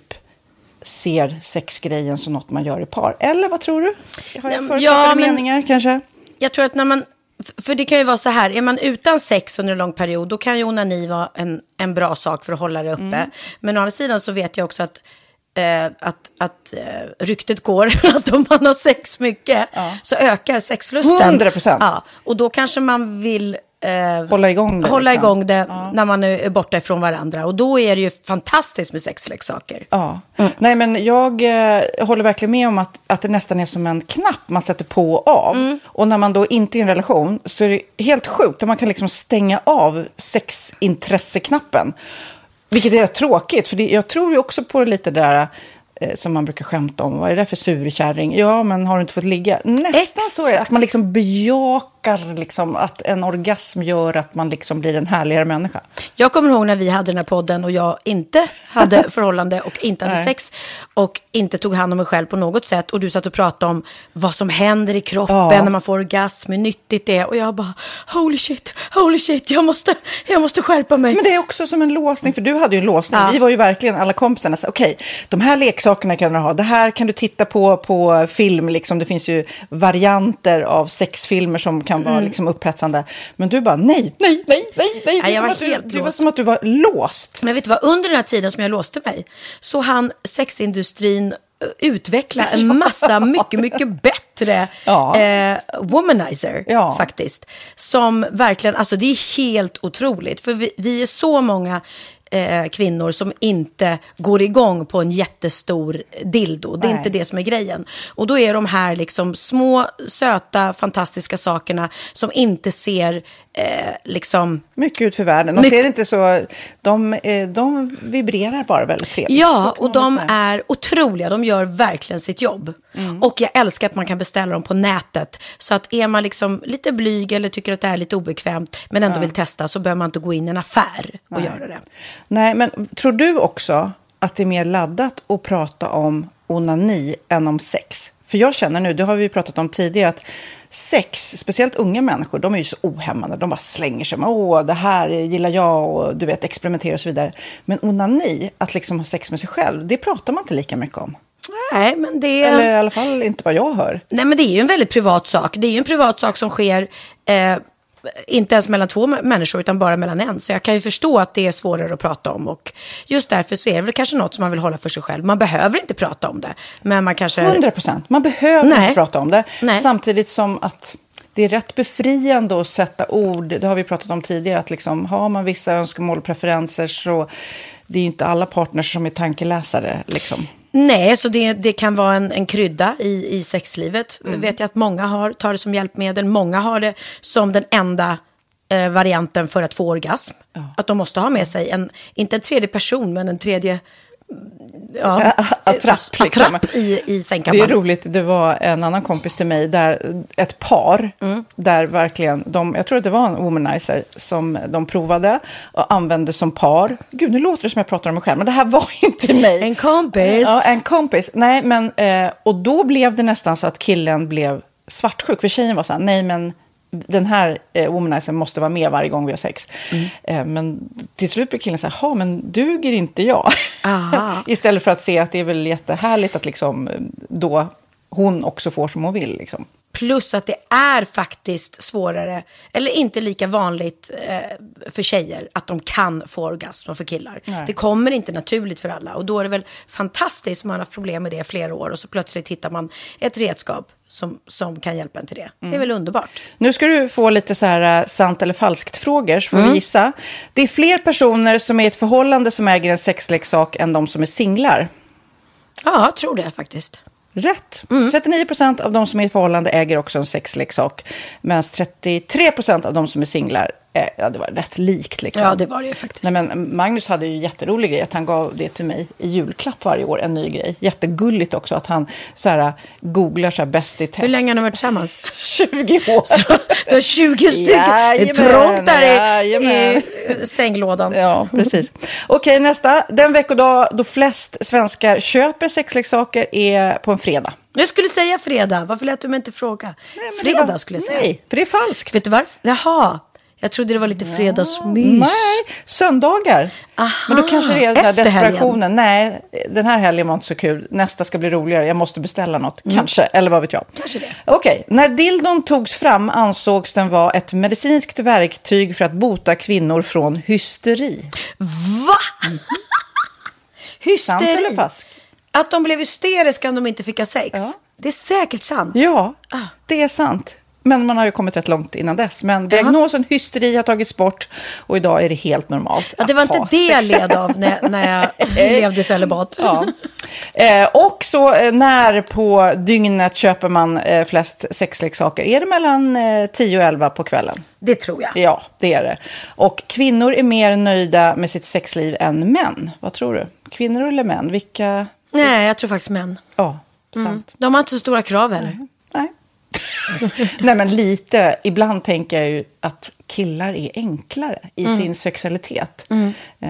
ser sexgrejen som något man gör i par. Eller vad tror du? Har jag förutsatta ja, men, meningar kanske? Jag tror att när man, för det kan ju vara så här, är man utan sex under en lång period, då kan ju onani vara en, en bra sak för att hålla det uppe. Mm. Men å andra sidan så vet jag också att Eh, att, att eh, ryktet går att om man har sex mycket ja. så ökar sexlusten. hundra procent. Ja, och då kanske man vill eh, hålla igång det, hålla liksom. igång det ja. när man är borta ifrån varandra. Och då är det ju fantastiskt med sexleksaker. Ja. Mm. Nej, men jag eh, håller verkligen med om att, att det nästan är som en knapp man sätter på och av. Mm. Och när man då inte är i en relation så är det helt sjukt att man kan liksom stänga av sexintresseknappen. Vilket är tråkigt, för det, jag tror ju också på det lite där eh, som man brukar skämta om. Vad är det för surkärring? Ja, men har du inte fått ligga? Nästan Exakt. Så är det. Att man liksom bejakar liksom, att en orgasm gör att man liksom blir en härligare människa. Jag kommer ihåg när vi hade den här podden och jag inte hade förhållande och inte hade sex och inte tog hand om mig själv på något sätt. Och du satt och pratade om vad som händer i kroppen ja. när man får orgasm, hur nyttigt det är. Och jag bara, holy shit, holy shit, jag måste, jag måste skärpa mig. Men det är också som en låsning, för du hade ju en låsning. Ja. Vi var ju verkligen alla kompisarna. Okej, okay, de här leksakerna kan du ha. Det här kan du titta på på film. Liksom. Det finns ju varianter av sexfilmer som kan vara mm. liksom upphetsande. Men du bara, nej, nej, nej, nej, nej. Ja, jag var du, helt det var som att du var låst. Men vet du vad, under den här tiden som jag låste mig så hann sexindustrin utveckla en massa mycket, mycket bättre ja. eh, womanizer ja. faktiskt. Som verkligen, alltså det är helt otroligt. För vi, vi är så många eh, kvinnor som inte går igång på en jättestor dildo. Det är Nej. inte det som är grejen. Och då är de här liksom små, söta, fantastiska sakerna som inte ser eh, liksom... mycket ut för världen. De mycket... ser inte så... De, eh, de vibrerar bara väldigt trevligt. Ja, och de är otroliga. De gör verkligen sitt jobb. Mm. Och jag älskar att man kan beställa dem på nätet. Så att är man liksom lite blyg eller tycker att det är lite obekvämt men ändå ja. vill testa, så behöver man inte gå in i en affär och Nej. göra det. Nej, men tror du också att det är mer laddat att prata om onani än om sex? För jag känner nu, det har vi pratat om tidigare, att sex, speciellt unga människor, de är ju så ohämmande. De bara slänger sig med, åh, det här gillar jag och du vet, experimentera och så vidare. Men onani, att liksom ha sex med sig själv, det pratar man inte lika mycket om. Nej, men det är... Eller i alla fall inte vad jag hör. Nej, men det är ju en väldigt privat sak. Det är ju en privat sak som sker... Eh... inte ens mellan två människor utan bara mellan en. Så jag kan ju förstå att det är svårare att prata om. Och just därför så är det väl kanske något som man vill hålla för sig själv. Man behöver inte prata om det. Men man kanske... hundra procent. Man behöver Nej. inte prata om det. Nej. Samtidigt som att det är rätt befriande att sätta ord. Det har vi pratat om tidigare. Att liksom, har man vissa önskemål och preferenser så det är ju inte alla partners som är tankeläsare liksom. Nej, så det, det kan vara en, en krydda i, i sexlivet. Mm. Vet jag att många har, tar det som hjälpmedel. Många har det som den enda eh, varianten för att få orgasm. Ja. Att de måste ha med sig, en, inte en tredje person, men en tredje... Ja, attrapp, liksom. attrapp i, i sängkammaren. Det är roligt, det var en annan kompis till mig där ett par mm. där verkligen de, jag tror att det var en womanizer som de provade och använde som par. Gud, nu låter det som jag pratar om mig själv, men det här var inte mig. En kompis. Ja, en kompis. Nej, men eh, och då blev det nästan så att killen blev svartsjuk, för tjejen var så här, nej men den här eh, womanizern måste vara med varje gång vi har sex. Mm. Eh, men till slut blir killen så här, ja men duger inte jag? Istället för att se att det är väl jättehärligt att liksom då hon också får som hon vill liksom. Plus att det är faktiskt svårare, eller inte lika vanligt eh, för tjejer att de kan få orgasm för killar. Nej. Det kommer inte naturligt för alla. Och då är det väl fantastiskt om man har haft problem med det i flera år och så plötsligt hittar man ett redskap som, som kan hjälpa en till det. Mm. Det är väl underbart. Nu ska du få lite så här uh, sant eller falskt frågor, så får mm. vi gissa. Det är fler personer som är i ett förhållande som äger en sexleksak än de som är singlar. Ja, jag tror det faktiskt. Rätt. Mm. trettionio procent av de som är i förhållande äger också en sexleksak. Medan trettiotre procent av de som är singlar, eh, ja det var rätt likt liksom. Ja, det var det ju faktiskt. Nej, men Magnus hade ju jätterolig grej att han gav det till mig i julklapp varje år, en ny grej. Jättegulligt också att han så här, googlar så här bäst i test. Hur länge har ni varit tillsammans? tjugo år. Så, du har tjugo stycken. Det är trångt där i, i sänglådan. Ja, precis. Okej, nästa. Den veckodag då flest svenskar köper sexleksaker är på en fredag. Jag skulle säga fredag. Varför lät du mig inte fråga? Nej, fredag var... skulle jag säga. Nej, för det är falskt. Vet du varför? Jaha. Jag trodde det var lite fredagsmys. Nej, söndagar. Aha, men då kanske det är den här desperationen. Helgen. Nej, den här helgen var inte så kul. Nästa ska bli roligare. Jag måste beställa något. Mm. Kanske, eller vad vet jag. Kanske det. Okej, när dildon togs fram ansågs den vara ett medicinskt verktyg för att bota kvinnor från hysteri. Va? Mm. Hysteri? Sant eller falskt? Att de blev hysteriska om de inte fick ha sex. Ja. Det är säkert sant. Ja, ah. det är sant. Men man har ju kommit rätt långt innan dess. Men diagnosen hysteri har tagits bort och idag är det helt normalt. Ja, det var inte det jag led av när, när jag levde celibat. Ja. Eh, och så eh, när på dygnet köper man eh, flest sexleksaker? Är det mellan eh, tio och elva på kvällen? Det tror jag. Ja, det är det. Och kvinnor är mer nöjda med sitt sexliv än män. Vad tror du? Kvinnor eller män? Vilka... Nej, jag tror faktiskt män. Ja, sant. Mm. De har inte så stora krav heller. Mm. Nej. Nej, men lite. Ibland tänker jag ju att killar är enklare i mm. sin sexualitet. Mm.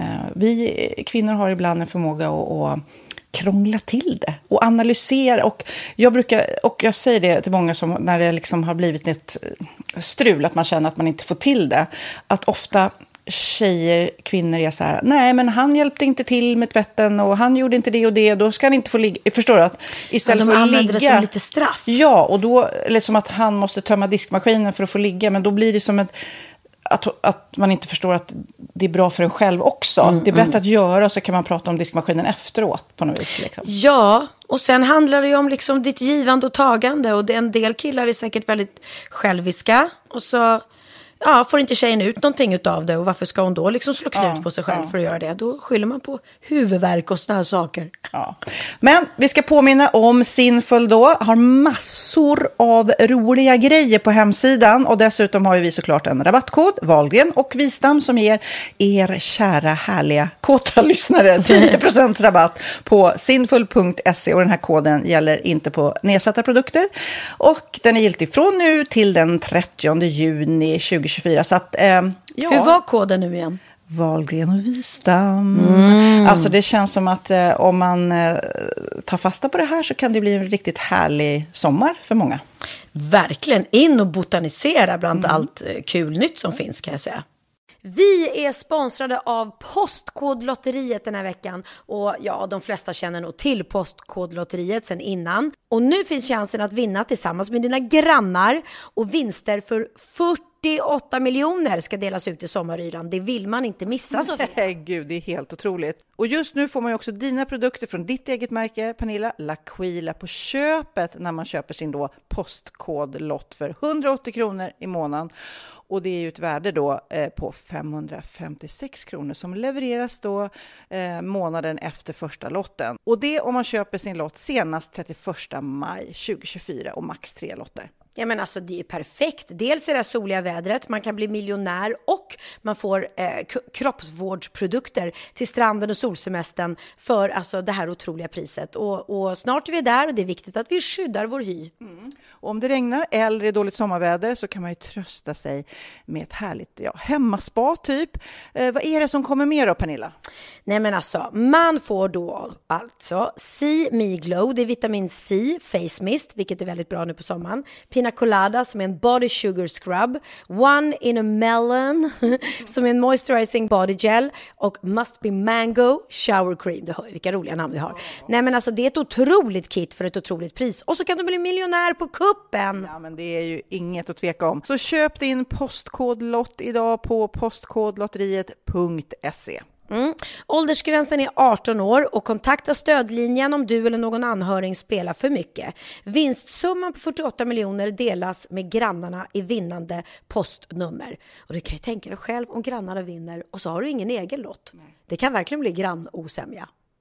Vi kvinnor har ibland en förmåga att, att krångla till det och analysera. Och jag brukar, och jag säger det till många som när det liksom har blivit ett strul, att man känner att man inte får till det, att ofta tjejer, kvinnor är så här, nej men han hjälpte inte till med tvätten och han gjorde inte det och det, då ska han inte få ligga. Förstår du att istället ja, för att ligga. De använder det som lite straff. Ja, och då, eller som att han måste tömma diskmaskinen för att få ligga, men då blir det som ett, att, att man inte förstår att det är bra för en själv också. Mm, det är bättre mm. att göra, och så kan man prata om diskmaskinen efteråt på något vis. Liksom. Ja, och sen handlar det ju om liksom ditt givande och tagande, och en del killar är säkert väldigt själviska, och så ja, får inte tjejen ut någonting av det, och varför ska hon då liksom slå knut ja, på sig själv ja. för att göra det? Då skyller man på huvudvärk och sådana saker. Ja. Men vi ska påminna om Sinful då. Har massor av roliga grejer på hemsidan, och dessutom har vi såklart en rabattkod, Wahlgren och Wistam, som ger er kära, härliga, kåta lyssnare tio procent rabatt på sinful punkt se, och den här koden gäller inte på nedsatta produkter, och den är giltig från nu till den trettionde juni tjugohundratjugofyra. Så att, eh, ja. Hur var koden nu igen? Wahlgren och Wistam. Mm. Alltså det känns som att eh, om man eh, tar fasta på det här så kan det bli en riktigt härlig sommar för många. Verkligen, in och botanisera bland mm. allt eh, kul nytt som finns, kan jag säga. Vi är sponsrade av Postkodlotteriet den här veckan, och ja, de flesta känner nog till Postkodlotteriet sedan innan. Och nu finns chansen att vinna tillsammans med dina grannar, och vinster för fyrtioåtta miljoner ska delas ut i sommaryran. Det vill man inte missa, Sofia. Nej, gud, det är helt otroligt. Och just nu får man ju också dina produkter från ditt eget märke, Pernilla, L'Aquila, på köpet när man köper sin då postkodlott för hundraåttio kronor i månaden. Och det är ju ett värde då eh, på femhundrafemtiosex kronor som levereras då eh, månaden efter första lotten. Och det om man köper sin lott senast trettioförsta maj tjugohundratjugofyra, och max tre lotter. Ja, men alltså det är perfekt. Dels är det soliga vädret, man kan bli miljonär, och man får eh, k- kroppsvårdsprodukter till stranden och solsemestern för alltså det här otroliga priset. Och, och snart är vi där, och det är viktigt att vi skyddar vår hy. Mm. Och om det regnar eller är dåligt sommarväder så kan man ju trösta sig med ett härligt ja, hemmaspa typ. Eh, vad är det som kommer med då, Pernilla? Nej, men alltså, man får då alltså C Me Glow, det är vitamin C, face mist, vilket är väldigt bra nu på sommaren. Pina Colada som är en body sugar scrub, One in a Melon som är en moisturizing body gel, och Must Be Mango shower cream. Du hör vilka roliga namn vi har. Nej, men alltså det är ett otroligt kit för ett otroligt pris, och så kan du bli miljonär på kuppen. Ja, men det är ju inget att tveka om. Så köp din postkodlott idag på postkodlotteriet punkt se. Mm. Åldersgränsen är arton år, och kontakta stödlinjen om du eller någon anhörig spelar för mycket. Vinstsumman på fyrtioåtta miljoner delas med grannarna i vinnande postnummer. Och du kan ju tänka dig själv om grannarna vinner och så har du ingen egen lott. Nej. Det kan verkligen bli grannosämja.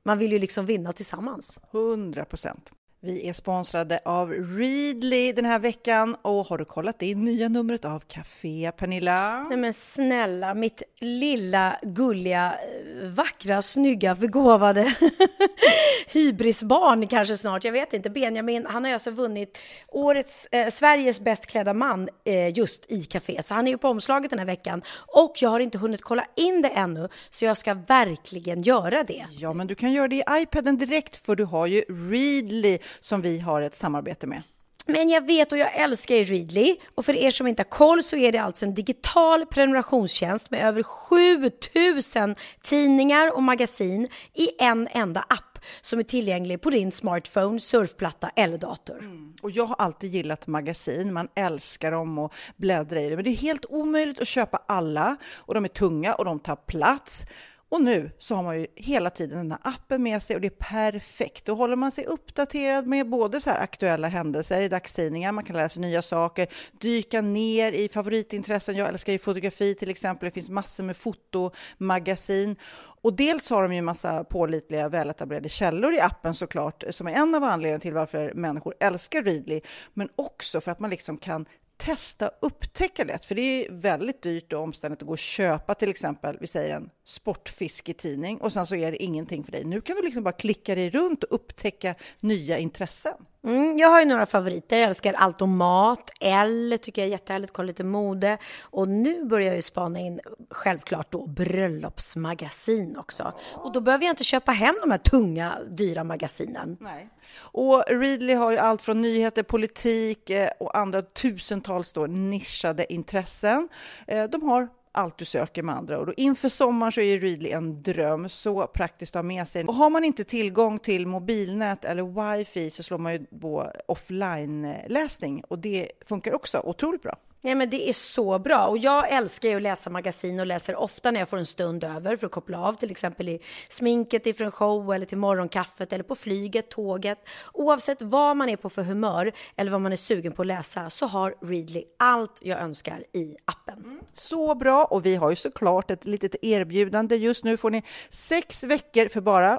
Man vill ju liksom vinna tillsammans. hundra procent. Vi är sponsrade av Readly den här veckan. Och har du kollat in nya numret av Café, Pernilla? Nej men snälla, mitt lilla, gulliga, vackra, snygga, begåvade hybrisbarn kanske snart. Jag vet inte. Benjamin, han har alltså vunnit årets, eh, Sveriges bäst klädda man eh, just i Café. Så han är ju på omslaget den här veckan. Och jag har inte hunnit kolla in det ännu. Så jag ska verkligen göra det. Ja, men du kan göra det i iPaden direkt, för du har ju Readly som vi har ett samarbete med. Men jag vet och jag älskar ju Readly. Och för er som inte har koll så är det alltså en digital prenumerationstjänst med över sjutusen tidningar och magasin i en enda app som är tillgänglig på din smartphone, surfplatta eller dator. Mm. Och jag har alltid gillat magasin. Man älskar dem och bläddra i det. Men det är helt omöjligt att köpa alla. Och de är tunga och de tar plats. Och nu så har man ju hela tiden den här appen med sig och det är perfekt. Då håller man sig uppdaterad med både så här aktuella händelser i dagstidningar. Man kan läsa nya saker, dyka ner i favoritintressen. Jag älskar ju fotografi till exempel. Det finns massor med fotomagasin. Och dels har de ju en massa pålitliga, väletablerade källor i appen såklart. Som är en av anledningarna till varför människor älskar Readly. Men också för att man liksom kan testa upptäcka lätt, för det är väldigt dyrt och omständigt att gå och köpa till exempel, vi säger en sportfisketidning och sen så är det ingenting för dig. Nu kan du liksom bara klicka dig runt och upptäcka nya intressen. Mm, jag har ju några favoriter. Jag älskar allt om mat. L tycker jag är jättehärligt. Kolla lite mode. Och nu börjar jag ju spana in självklart då bröllopsmagasin också. Och då behöver jag inte köpa hem de här tunga, dyra magasinen. Nej. Och Readly har ju allt från nyheter, politik och andra tusentals då nischade intressen. De har allt du söker med andra. Och då inför sommaren så är Readly en dröm, så praktiskt att ha med sig. Och har man inte tillgång till mobilnät eller wifi så slår man ju på offline-läsning. Och det funkar också otroligt bra. Ja, men det är så bra. Och jag älskar ju att läsa magasin och läser ofta när jag får en stund över för att koppla av. Till exempel i sminket ifrån show eller till morgonkaffet eller på flyget, tåget. Oavsett vad man är på för humör eller vad man är sugen på att läsa så har Readly allt jag önskar i appen. Mm. Så bra, och vi har ju såklart ett litet erbjudande. Just nu får ni sex veckor för bara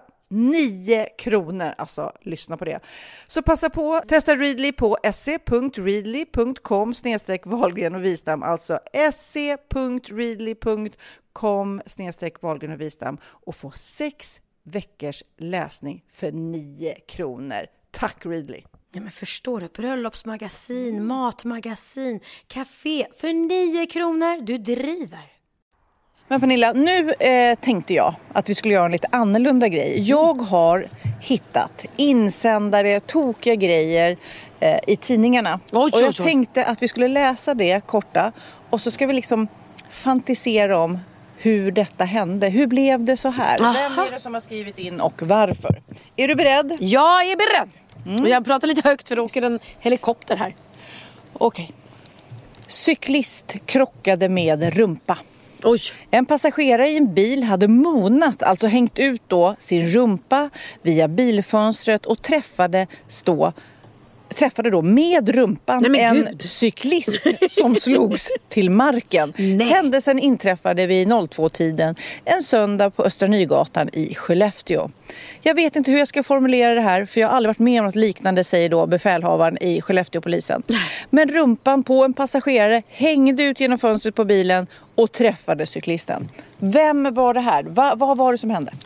nio kronor, alltså lyssna på det. Så passa på, testa Readly på se punkt readly punkt com snedstreck Wahlgren och Wistam, alltså se punkt readly punkt com snedstreck Wahlgren och Wistam och få sex veckors läsning för nio kronor. Tack Readly! Ja, men förstår du? Bröllopsmagasin, matmagasin, café för nio kronor. Du driver. Men Pernilla, nu eh, tänkte jag att vi skulle göra en lite annorlunda grej. Jag har hittat insändare, tokiga grejer eh, i tidningarna. Oj, och jag oj, oj. tänkte att vi skulle läsa det korta och så ska vi liksom fantisera om hur detta hände. Hur blev det så här? Aha. Vem är det som har skrivit in och varför? Är du beredd? Jag är beredd. Mm. Och jag pratar lite högt för det åker en helikopter här. Okej. Okay. Cyklist krockade med rumpa. Oj. En passagerare i en bil hade monat, alltså hängt ut då sin rumpa via bilfönstret och träffade stå träffade då med rumpan Nej, en Gud. cyklist som slogs till marken. Nej. Händelsen inträffade vid två-tiden en söndag på Östra Nygatan i Skellefteå. Jag vet inte hur jag ska formulera det här, för jag har aldrig varit med om något liknande, säger då befälhavaren i Skellefteå-polisen. Men rumpan på en passagerare hängde ut genom fönstret på bilen och träffade cyklisten. Vem var det här? Va, vad var det som hände?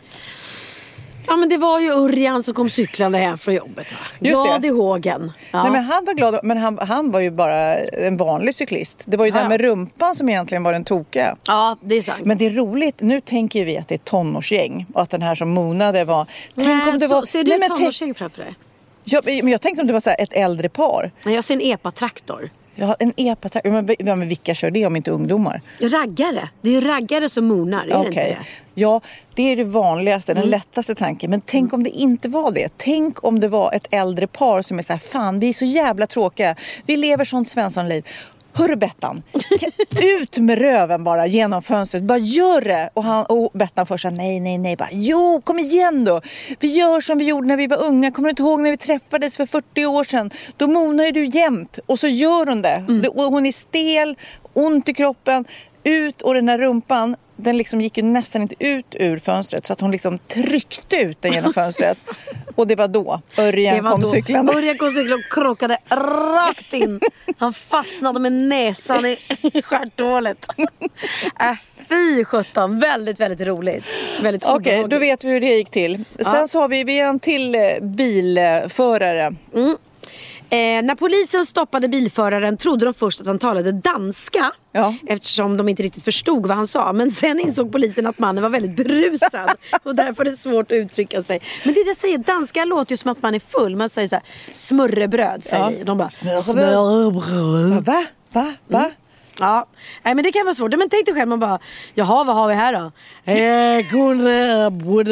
Ja, men det var ju Örjan som kom cyklande hem från jobbet. Va? Just glad det. i hågen. Ja. Nej, men han var glad, men han, han var ju bara en vanlig cyklist. Det var ju ja. den med rumpan som egentligen var den tokiga. Ja, det är sant. Men det är roligt, nu tänker vi att det är tonårsgäng och att den här som monade var... Nej, tänk om det var... Ser du ett tonårsgäng framför dig? Ja, men jag tänkte om det var så här ett äldre par. Jag ser en epatraktor. Ja, en epatraktor. Men, men vilka kör det om inte ungdomar? Raggare. Det är ju raggare som monar, är okay. det inte det? Ja, det är det vanligaste, den mm. lättaste tanken. Men tänk mm. om det inte var det. Tänk om det var ett äldre par som är så här, fan, vi är så jävla tråkiga. Vi lever sånt Svenssonliv. Hörru Bettan, ut med röven bara genom fönstret, bara gör det. Och, han, och Bettan först sa nej, nej, nej, bara jo, kom igen då. Vi gör som vi gjorde när vi var unga, kommer du inte ihåg när vi träffades för fyrtio år sedan? Då monar ju du jämt, och så gör hon det. Mm. Och hon är stel, ont i kroppen, ut och den där rumpan, den liksom gick ju nästan inte ut ur fönstret så att hon liksom tryckte ut den genom fönstret. Och det var då Örjan det var kom då. cyklande. Örjan kom cyklande och krockade rakt in. Han fastnade med näsan i stjärthålet. Äh, fy sjutton, väldigt, väldigt roligt. Väldigt Okej, okay, då vet vi hur det gick till. Sen ja. så har vi, vi en till bilförare. Mm. Eh, när polisen stoppade bilföraren trodde de först att han talade danska. Ja. Eftersom de inte riktigt förstod vad han sa. Men sen insåg polisen att mannen var väldigt brusad. Och därför är det svårt att uttrycka sig. Men det jag säger, danska låter ju som att man är full. Man säger så här, smörrebröd säger ja. De bara, smörrebröd. Va? Va? Va? Mm. Ja, nej, men det kan vara svårt. Men tänk dig själv, man bara, jaha, vad har vi här då? Jag kunde både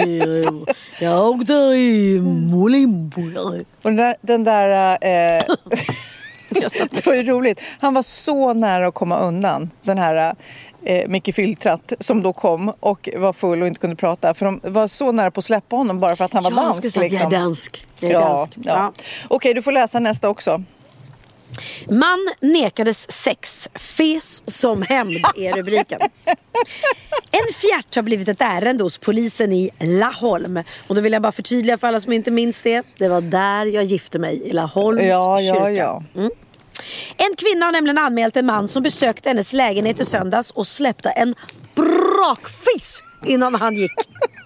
jag åkte i Molimbo. Och den där, den där eh, det var ju roligt. Han var så nära att komma undan den här eh, Micke Fylltratt som då kom och var full och inte kunde prata. För de var så nära på att släppa honom bara för att han var ja, dansk. Säga, liksom. Jag är dansk. Jag är ja, dansk. ja. Ja. Okej, du får läsa nästa också. Man nekades sex, fes som hämnd är rubriken. En fjärt har blivit ett ärende hos polisen i Laholm. Och då vill jag bara förtydliga för alla som inte minns det. Det var där jag gifte mig, i Laholms ja, kyrka. Ja, ja. Mm. En kvinna har nämligen anmält en man som besökte hennes lägenhet i söndags och släppte en brakfiss innan han gick.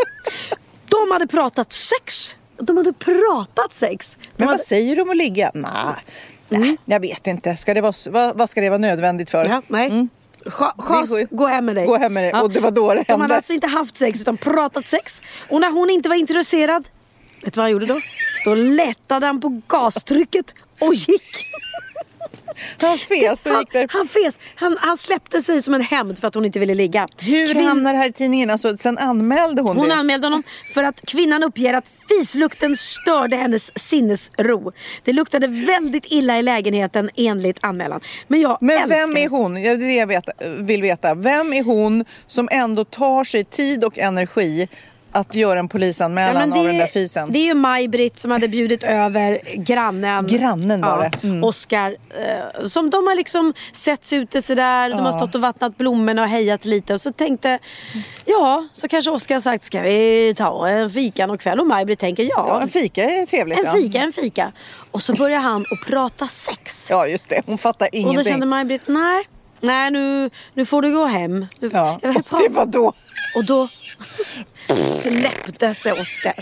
De hade pratat sex. De hade pratat sex. De Men hade... vad säger de om att ligga? Nej. Nej, mm. jag vet inte. Ska det vara, vad, vad ska det vara nödvändigt för? Ja, nej. Mm. Chas, gå hem med dig. Gå hem med dig. Ja. Och det var då det hände. De hade alltså inte haft sex utan pratat sex. Och när hon inte var intresserad, vet du vad han gjorde då? Då lättade han på gastrycket och gick. Han fes och gick där. Han, han fes. Han, han släppte sig som en hämnd för att hon inte ville ligga. Hur Kvin... hamnade det här i tidningen? Alltså, sen anmälde hon Hon det. anmälde honom för att kvinnan uppger att fislukten störde hennes sinnesro. Det luktade väldigt illa i lägenheten enligt anmälan. Men jag Men älskar... vem är hon? Det är det jag vet, vill veta. Vem är hon som ändå tar sig tid och energi att göra en polisanmälan ja, av den där fisen? Det är ju Maj-Britt som hade bjudit över grannen. Grannen var ja, det. Mm. Oskar. Eh, som de har liksom sett ute sådär. Ja. De har stått och vattnat blommorna och hejat lite. Och så tänkte, ja, så kanske Oskar har sagt, ska vi ta en fika någon kväll? Och Maj-Britt tänker, ja. ja. En fika är trevligt. En ja. fika, en fika. Och så börjar han att prata sex. Ja, just det. Hon fattar ingenting. Och då kände Maj-Britt, nej. Nej, nu, nu får du gå hem. Nu, ja, och det var då. Och då släppte sig Oskar.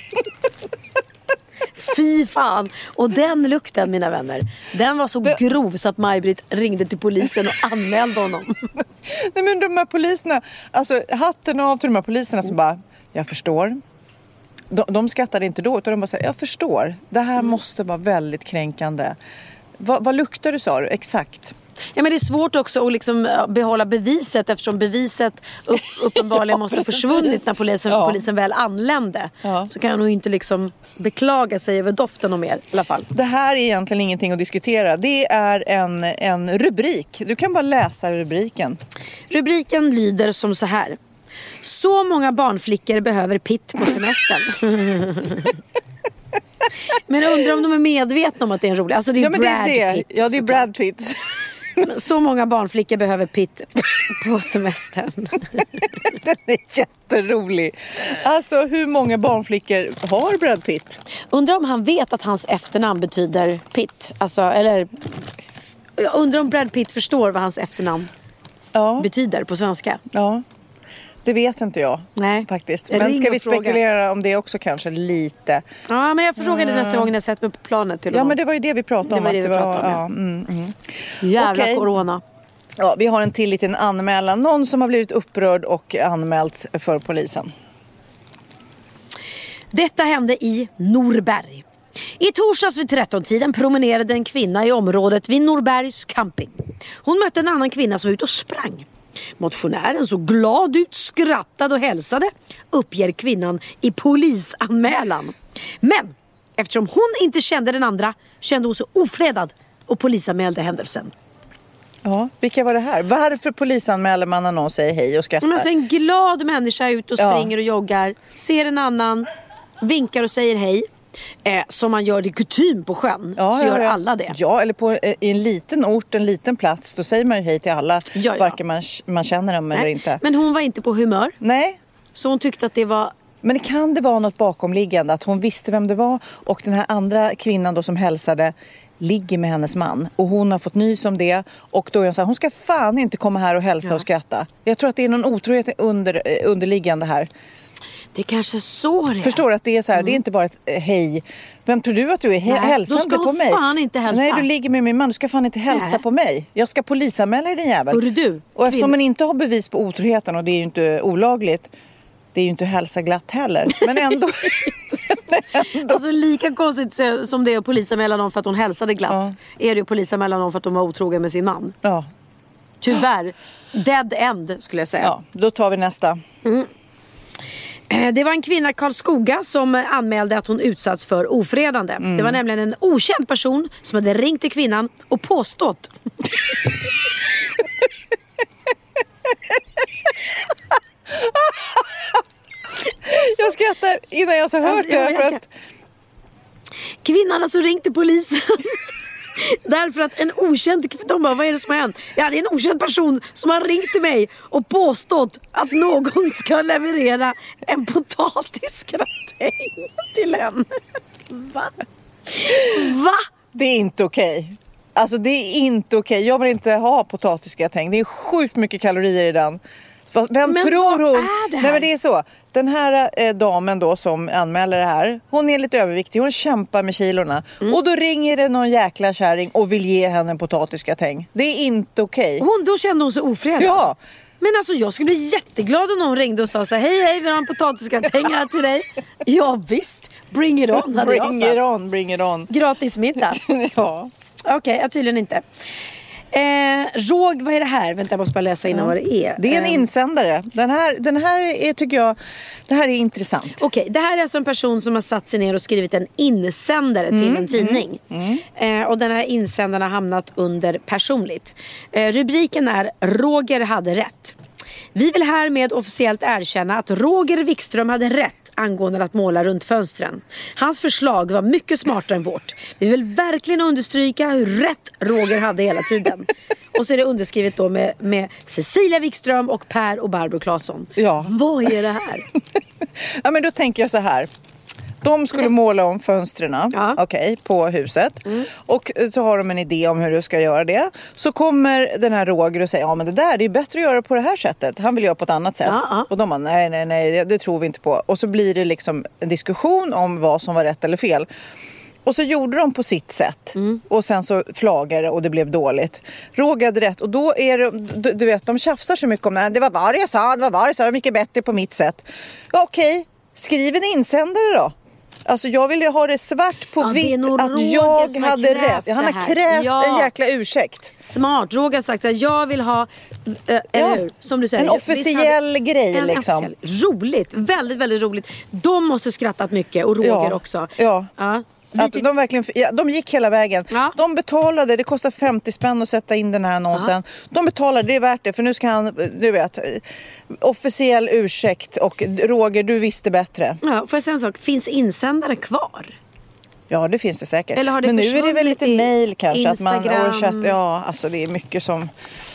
Fy fan. Och den lukten, mina vänner, den var så det... grov så att Maj-Britt ringde till polisen och anmälde honom. Nej, men de här poliserna, alltså hatten av till de här poliserna som bara, jag förstår. De, de skrattade inte då, utan de bara sa, jag förstår. Det här mm. måste vara väldigt kränkande. Va, vad luktar du, sa du? Exakt. Ja, men det är svårt också att liksom behålla beviset eftersom beviset upp, uppenbarligen ja, måste ha försvunnit när polisen, ja. polisen väl anlände. Ja. Så kan jag nog inte liksom beklaga sig över doften och mer i alla fall. Det här är egentligen ingenting att diskutera. Det är en, en rubrik. Du kan bara läsa rubriken. Rubriken lyder som så här. Så många barnflickor behöver pitt på semestern. Men jag undrar om de är medvetna om att det är en rolig. Alltså det är ja, men Brad det är det. Pitt. Ja, det är Brad Pitt. Så många barnflickor behöver pitt på semestern. Den är jätterolig. Alltså, hur många barnflickor har Brad Pitt? Undrar om han vet att hans efternamn betyder Pitt. Alltså, eller... Jag undrar om Brad Pitt förstår vad hans efternamn ja. betyder på svenska. Ja. Det vet inte jag. Nej. Faktiskt. Men ska vi spekulera fråga. om det också kanske lite? Ja, men jag får fråga det nästa gång jag sett mig på planet till Ja, honom. men det var ju det vi pratade om. Det var det vi pratade om. Ja. Mm, mm. Jävla okay. corona. Ja, vi har en till liten anmälan. Någon som har blivit upprörd och anmält för polisen. Detta hände i Norberg. I torsdags vid tretton-tiden promenerade en kvinna i området vid Norbergs camping. Hon mötte en annan kvinna som var ute och sprang. Motionären såg glad ut, skrattade och hälsade, uppger kvinnan i polisanmälan. Men eftersom hon inte kände den andra kände hon sig ofredad och polisanmälde händelsen. Ja, vilka var det här? Varför polisanmäler man när någon säger hej och skrattar? Men alltså en glad människa ut och springer ja. och joggar, ser en annan, vinkar och säger hej. Eh, som man gör i kutym på sjön. Ja, så ja, gör ja. alla det. Ja, eller på eh, i en liten ort, en liten plats. Då säger man ju hej till alla. Ja, ja. Varken man, man känner dem Nej. eller inte. Men hon var inte på humör. Nej. Så hon tyckte att det var... Men kan det vara något bakomliggande? Att hon visste vem det var. Och den här andra kvinnan då som hälsade ligger med hennes man. Och hon har fått nys om det. Och då är hon så här, hon ska fan inte komma här och hälsa ja. och skratta. Jag tror att det är någon otrohet under, underliggande här. Det är kanske så det är. Förstår att det är så här, mm. det är inte bara ett eh, hej. Vem tror du att du är? He- hälsande på mig? Då ska hon fan inte hälsa. Nej, du ligger med min man. Du ska fan inte hälsa Nej. på mig. Jag ska polisanmäla dig, din jävel. Hörru du, och eftersom man inte har bevis på otroheten, och det är ju inte olagligt. Det är ju inte hälsa glatt heller. Men ändå. ändå. Alltså lika konstigt som det är att polisanmäla någon för att hon hälsade glatt. Ja. Är det att polisanmäla någon för att de var otrogen med sin man. Ja. Tyvärr. Dead end skulle jag säga. Ja, då tar vi nästa. Mm. Det var en kvinna, Karlskoga, som anmälde att hon utsatts för ofredande. Mm. Det var nämligen en okänd person som hade ringt till kvinnan och påstått. Jag skrattar innan jag så hört alltså, det. För att... Kvinnan alltså ringde polisen. Därför att en okänd, de bara, vad är det som har hänt? Ja, det är en okänd person som har ringt till mig och påstått att någon ska leverera en potatisgratäng till en. Va? Va? Det är inte okej. Okay. Alltså det är inte okej. Okay. Jag vill inte ha potatisgratäng. Det är sjukt mycket kalorier i den. Vem men tror hon? Är det här? Nej, men det är så. Den här eh, damen då som anmäler det här, hon är lite överviktig, hon kämpar med kilorna. Mm. Och då ringer det någon jäkla kärring och vill ge henne en potatisgratäng. Det är inte okej. Okay. Hon, då kände hon sig ofredad. Ja. Men alltså jag skulle bli jätteglad om någon ringde och sa så här: hej hej, vi har en potatisgratäng här till dig. Ja visst, bring it on. Bring it on, bring it on. Gratis middag. Ja. Okej, okay, tydligen inte. Eh, Råg, vad är det här? Vänta, jag måste bara läsa innan ja. vad det är. Det är en insändare. Den här, den här är, tycker jag, det här är intressant. Okej, okay, det här är alltså en person som har satt sig ner och skrivit en insändare mm, till en tidning. Mm, mm. Eh, och den här insändaren har hamnat under personligt. Eh, rubriken är: Roger hade rätt. Vi vill härmed officiellt erkänna att Roger Wikström hade rätt angående att måla runt fönstren. Hans förslag var mycket smartare än vårt. Vi vill verkligen understryka hur rätt Roger hade hela tiden. Och så är det underskrivet då med, med Cecilia Wikström och Per och Barbro Claesson. Ja. Vad är det här? Ja, men då tänker jag så här. De skulle måla om fönstren ja. okay, på huset. Mm. Och så har de en idé om hur du ska göra det. Så kommer den här Roger och säger, ja men det där det är bättre att göra på det här sättet. Han vill göra på ett annat sätt. Ja, ja. Och de bara, nej nej nej det, det tror vi inte på. Och så blir det liksom en diskussion om vad som var rätt eller fel. Och så gjorde de på sitt sätt. Mm. Och sen så flagade och det blev dåligt. Roger hade rätt. Och då är det, du, du vet, de tjafsar så mycket om det. Det var vad jag sa, det var vad jag sa. Det var mycket bättre på mitt sätt. Ja, okej, skriv en insändare då. Alltså jag vill ju ha det svart på ja, vitt att jag hade rätt. Han har krävt ja. en jäkla ursäkt. Smart. Roger har sagt att jag vill ha äh, ja. hur, som du säger, en officiell hade, grej en liksom. Officiell. Roligt. Väldigt, väldigt roligt. De måste skrattat mycket och Roger ja. också. Ja. Ja. Att de, verkligen, ja, de gick hela vägen. Ja. De betalade, det kostar femtio spänn att sätta in den här annonsen. Ja. De betalade, det är värt det. För nu ska han, du vet, officiell ursäkt. Och Roger, du visste bättre. Ja, får jag säga en sak? Finns insändare kvar? Ja, det finns det säkert. Eller har det men nu är det väl lite mejl kanske. Instagram. Att man, och chatt, ja, alltså det är mycket som,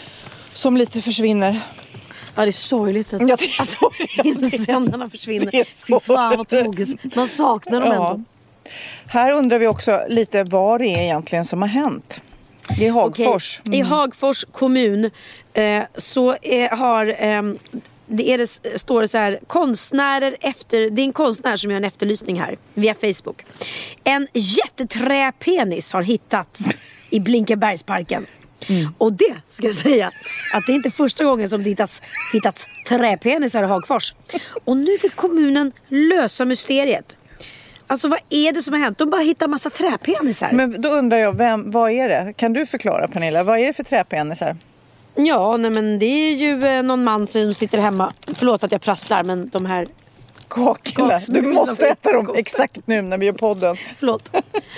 som lite försvinner. Ja, det är sorgligt att ja, det är sorgligt. insändarna försvinner. Fy fan vad tråkigt. Man saknar dem ja. ändå. Här undrar vi också lite vad det är egentligen som har hänt. I Hagfors. Mm. I Hagfors kommun eh, så är, har eh, det, är det står det så här: konstnärer efter, det är en konstnär som gör en efterlysning här via Facebook. En jätteträpenis har hittats i Blinkebergsparken. Mm. Och det ska jag säga att det är inte första gången som det hittats, hittats träpenisar i Hagfors. Och nu vill kommunen lösa mysteriet. Alltså vad är det som har hänt? De bara hittar massa träpenisar. Men då undrar jag, vem, vad är det? Kan du förklara, Pernilla? Vad är det för träpenisar? Ja, nej men det är ju eh, någon man som sitter hemma. Förlåt att jag prasslar, men de här kakorna. Du måste äta dem exakt nu när vi gör podden. Förlåt.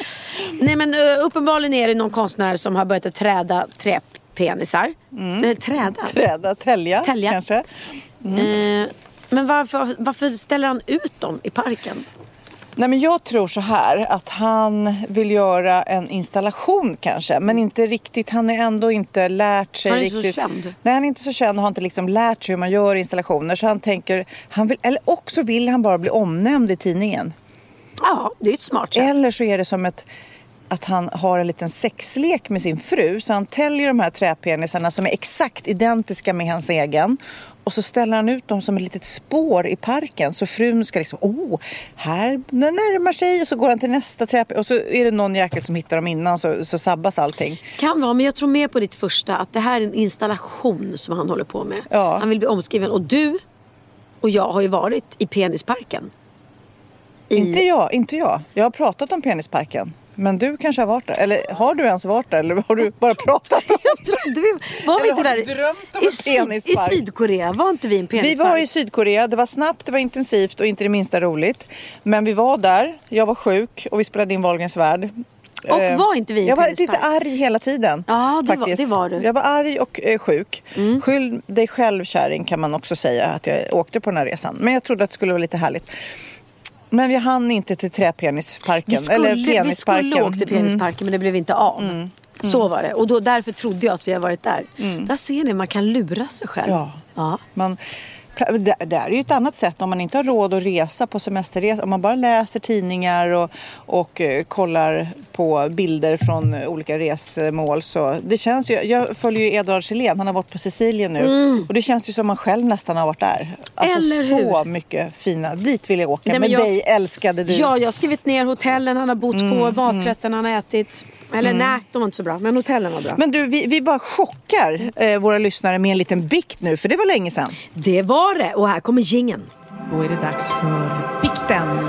Nej men uh, uppenbarligen är det någon konstnär som har börjat träda träpenisar. Mm. Eller träda. Träda, tälja, tälja. kanske. Mm. Uh, men varför, varför ställer han ut dem i parken? Nej, men jag tror så här att han vill göra en installation kanske, men inte riktigt. Han är ändå inte lärt sig han är riktigt. Så känd. Nej, han är inte så känd och har inte liksom lärt sig hur man gör installationer. Så han tänker, han vill, eller också vill han bara bli omnämnd i tidningen. Ja, det är ett smart sätt. Eller så är det som ett, att han har en liten sexlek med sin fru. Så han täljer de här träpenisarna som är exakt identiska med hans egen. Och så ställer han ut dem som ett litet spår i parken. Så frun ska liksom, åh, här närmar sig. Och så går han till nästa träpenis. Och så är det någon jäkel som hittar dem innan, så, så sabbas allting. Kan vara, men jag tror mer på ditt första. Att det här är en installation som han håller på med. Ja. Han vill bli omskriven. Och du och jag har ju varit i penisparken. I... Inte jag, inte jag. Jag har pratat om penisparken. Men du kanske har varit där. Eller har du ens varit där? Eller har du bara pratat om Jag trodde vi var vi inte där drömt om i, en syd, penispark? i Sydkorea. Var inte vi i en penispark? Vi var i Sydkorea. Det var snabbt, det var intensivt och inte det minsta roligt. Men vi var där. Jag var sjuk och vi spelade in Wahlgrens värld. Och var inte vi i en Jag var penispark? lite arg hela tiden. Ja, det var, faktiskt. det var du. Jag var arg och eh, sjuk. Mm. Skyll dig själv, kärring, kan man också säga att jag åkte på den här resan. Men jag trodde att det skulle vara lite härligt. Men vi hann inte till träpenisparken. Vi skulle, eller penisparken. vi skulle åka till penisparken, mm. men det blev inte av. Mm. Mm. Så var det. Och då, därför trodde jag att vi har varit där. Mm. Där ser ni, man kan lura sig själv. Ja. Ja. Man, det, det är ju ett annat sätt om man inte har råd att resa på semesterresa. Om man bara läser tidningar och, och uh, kollar på bilder från uh, olika resmål. Så det känns ju, jag följer ju Edvard Kjellén, han har varit på Sicilien nu. Mm. Och det känns ju som man själv nästan har varit där. Alltså Eller så hur? mycket fina. Dit vill jag åka. Nej, med jag, dig älskade du. Ja, jag har skrivit ner hotellen han har bott mm, på, maträtten mm. han har ätit. Eller mm. nej, de var inte så bra, men hotellen var bra. Men du, vi, vi bara chockar eh, våra lyssnare med en liten bikt nu, för det var länge sedan. Det var det, och här kommer jingeln. Då är det dags för bikten.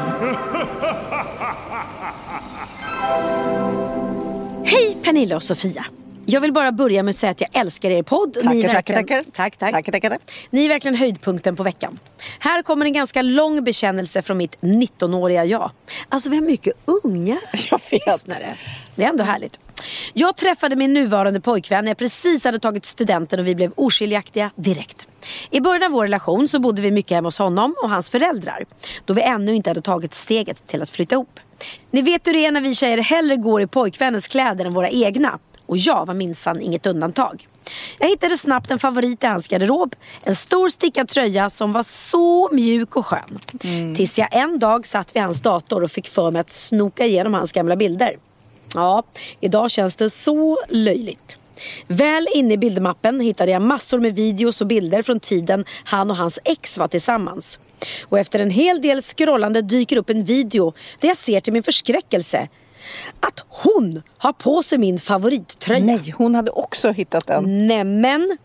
Hej Pernilla och Sofia. Jag vill bara börja med att säga att jag älskar er podd. Tackar, Ni tackar, tackar. Tack, tack. Tackar, tackar. Ni är verkligen höjdpunkten på veckan. Här kommer en ganska lång bekännelse från mitt nittonåriga jag. Alltså vi har mycket unga jag vet. lyssnare. Det är ändå härligt. Jag träffade min nuvarande pojkvän när jag precis hade tagit studenten och vi blev oskiljaktiga direkt. I början av vår relation så bodde vi mycket hemma hos honom och hans föräldrar. Då vi ännu inte hade tagit steget till att flytta ihop. Ni vet hur det är när vi tjejer hellre går i pojkvännens kläder än våra egna. Och jag var minsann inget undantag. Jag hittade snabbt en favorit i hans garderob. En stor stickad tröja som var så mjuk och skön. Mm. Tills jag en dag satt vid hans dator och fick för mig att snoka igenom hans gamla bilder. Ja, idag känns det så löjligt. Väl inne i bildmappen hittade jag massor med videos och bilder från tiden han och hans ex var tillsammans. Och efter en hel del scrollande dyker upp en video där jag ser till min förskräckelse att hon har på sig min favorittröja. Nej, hon hade också hittat den. Nämen.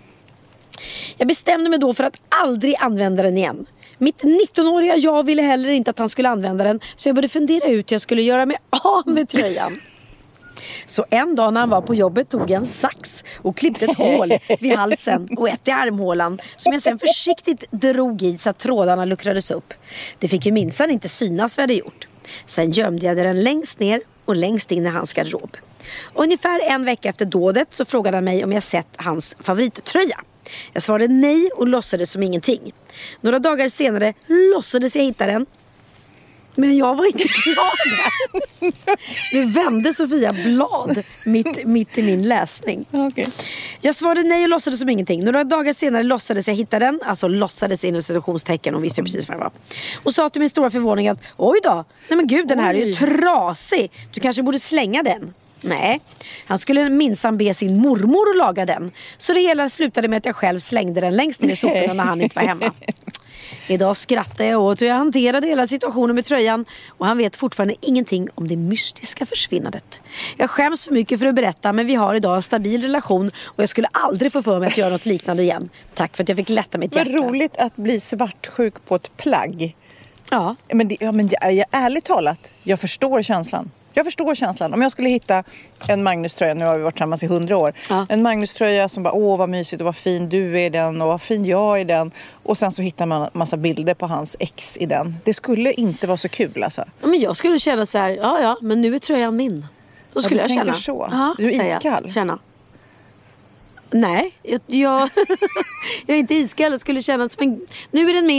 Jag bestämde mig då för att aldrig använda den igen. Mitt nittonåriga jag ville heller inte att han skulle använda den. Så jag började fundera ut hur jag skulle göra mig av med tröjan. Så en dag när han var på jobbet tog jag en sax och klippte ett hål vid halsen och ett i armhålan som jag sen försiktigt drog i så att trådarna luckrades upp. Det fick ju minsann inte synas vad jag hade gjort. Sen gömde jag den längst ner och längst in i hans garderob. Och ungefär en vecka efter dådet så frågade han mig om jag sett hans favorittröja. Jag svarade nej och låtsades som ingenting. Några dagar senare låtsades jag hitta den. Men jag var inte klar där. Du vände Sofia blad mitt, mitt i min läsning. Okay. Jag svarade nej och låtsades som ingenting. Några dagar senare låtsades jag hitta den. Alltså låtsades inom situationstecken och visste precis vad det var. Och sa till min stora förvåning att oj då, nej men gud den här oj. är ju trasig. Du kanske borde slänga den. Nej, han skulle minsann be sin mormor att laga den. Så det hela slutade med att jag själv slängde den längst ner i soporna när han inte var hemma. Idag skrattar jag åt hur jag hanterade hela situationen med tröjan. Och han vet fortfarande ingenting om det mystiska försvinnandet. Jag skäms för mycket för att berätta, men vi har idag en stabil relation. Och jag skulle aldrig få för mig att göra något liknande igen. Tack för att jag fick lätta mitt hjärta. Vad roligt att bli svartsjuk på ett plagg. Ja. Men, det, ja, men jag, jag, ärligt talat, jag förstår känslan. Jag förstår känslan. Om jag skulle hitta en Magnus-tröja, nu har vi varit tillsammans i hundra år. Ja. En Magnus-tröja som bara, åh vad mysigt och vad fin du är i den och vad fin jag är i den. Och sen så hittar man en massa bilder på hans ex i den. Det skulle inte vara så kul alltså. Ja, men jag skulle känna så här, ja ja, men nu är tröjan min. Så skulle ja, jag känna. Så. Aha, du är iskall. Jag, känna. Nej, jag, jag, jag är inte iskall. Jag skulle känna att men, nu är den min.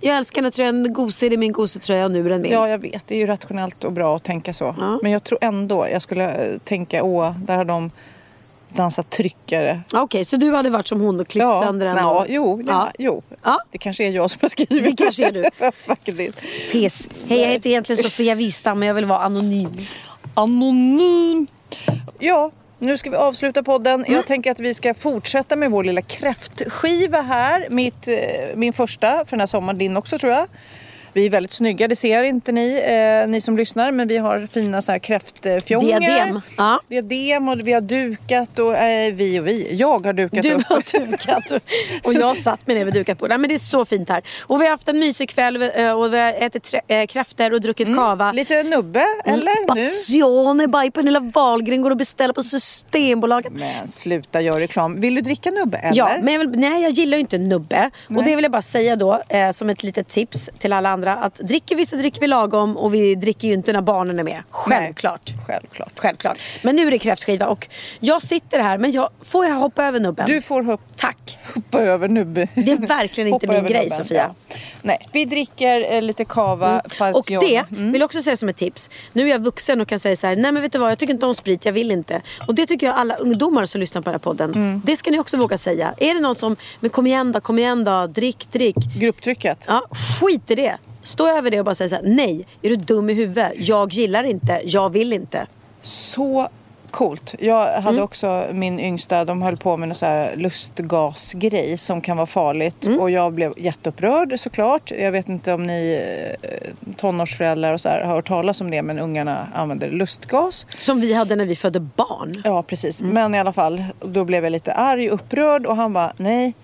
Jag älskar den här tröjan. Gosig är min gosetröja och nu är den min. Ja, jag vet. Det är ju rationellt och bra att tänka så. Ja. Men jag tror ändå, jag skulle tänka, åh, där har de dansat tryckare. Okej, okay, så du hade varit som hon och klippt ja. sönder den? Ja, och... jo, ja. jo. Ja. Det kanske är jag som har skrivit. Det kanske är du. Faktiskt. Piss. Hej, jag heter egentligen Sofia Wistam, men jag vill vara anonym. Anonym. Ja, nu ska vi avsluta podden. Mm. Jag tänker att vi ska fortsätta med vår lilla kräftskiva här. Mitt, min första för den här sommaren, din också tror jag. Vi är väldigt snygga, det ser inte ni, eh, ni som lyssnar. Men vi har fina så här kräftfjongar. Diadem. Ja. Diadem och vi har dukat och eh, vi och vi. Jag har dukat du upp. Du har dukat och jag satt mig ner vid dukat på. Nej, men det är så fint här. Och vi har haft en mysig kväll och vi har ätit trä- kräfter och druckit mm. kava. Lite nubbe, eller? Mm. Passione, by Pernilla Wahlgren går att beställa på Systembolaget. Men sluta göra reklam. Vill du dricka nubbe, eller? Ja, men jag vill, nej, jag gillar ju inte nubbe. Nej. Och det vill jag bara säga då, eh, som ett litet tips till alla andra. Att dricker vi så dricker vi lagom och vi dricker ju inte när barnen är med. Självklart. Nej, självklart. Självklart. Men nu är det kräftskiva och jag sitter här, men jag, får jag hoppa över nubben? Du får hoppa. Tack. Hoppa över nubbe. Det är verkligen inte min grej, nubben. Sofia. Ja. Nej, vi dricker eh, lite kava. Mm. Och det mm. vill jag också säga som ett tips. Nu är jag vuxen och kan säga så här: nej men vet du vad, jag tycker inte om sprit, jag vill inte. Och det tycker jag alla ungdomar som lyssnar på den här podden. Mm. Det ska ni också våga säga. Är det någon som, men kom igen då, kom igen då, drick, drick. Grupptrycket. Ja, skit i det. Stå över det och bara säga så här: nej, är du dum i huvudet? Jag gillar inte, jag vill inte. Så coolt. Jag hade mm. också min yngsta, de höll på med någon så här lustgasgrej som kan vara farligt. Mm. Och jag blev jätteupprörd såklart. Jag vet inte om ni tonårsföräldrar och så här har hört talas om det, men ungarna använder lustgas. Som vi hade när vi födde barn. Ja, precis. Mm. Men i alla fall, då blev jag lite arg och upprörd och han bara, nej.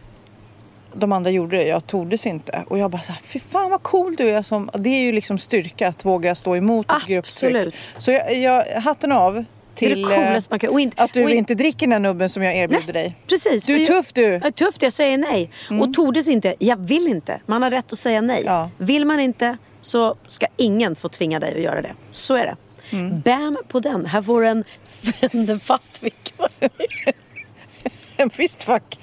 De andra gjorde det, jag tordes inte. Och jag bara så här, fy fan vad cool du är som, det är ju liksom styrka att våga stå emot ett grupptryck. Så jag, jag hatten av till det är det man kan. Och inte, att du och in... inte dricker den här nubben som jag erbjuder nej, dig. Precis. Du är tuff du. Jag är tuff, jag säger nej. Mm. Och tordes inte, jag vill inte. Man har rätt att säga nej. Ja. Vill man inte så ska ingen få tvinga dig att göra det. Så är det. Mm. Bam på den. Här får en, en fast vick. En fistfack.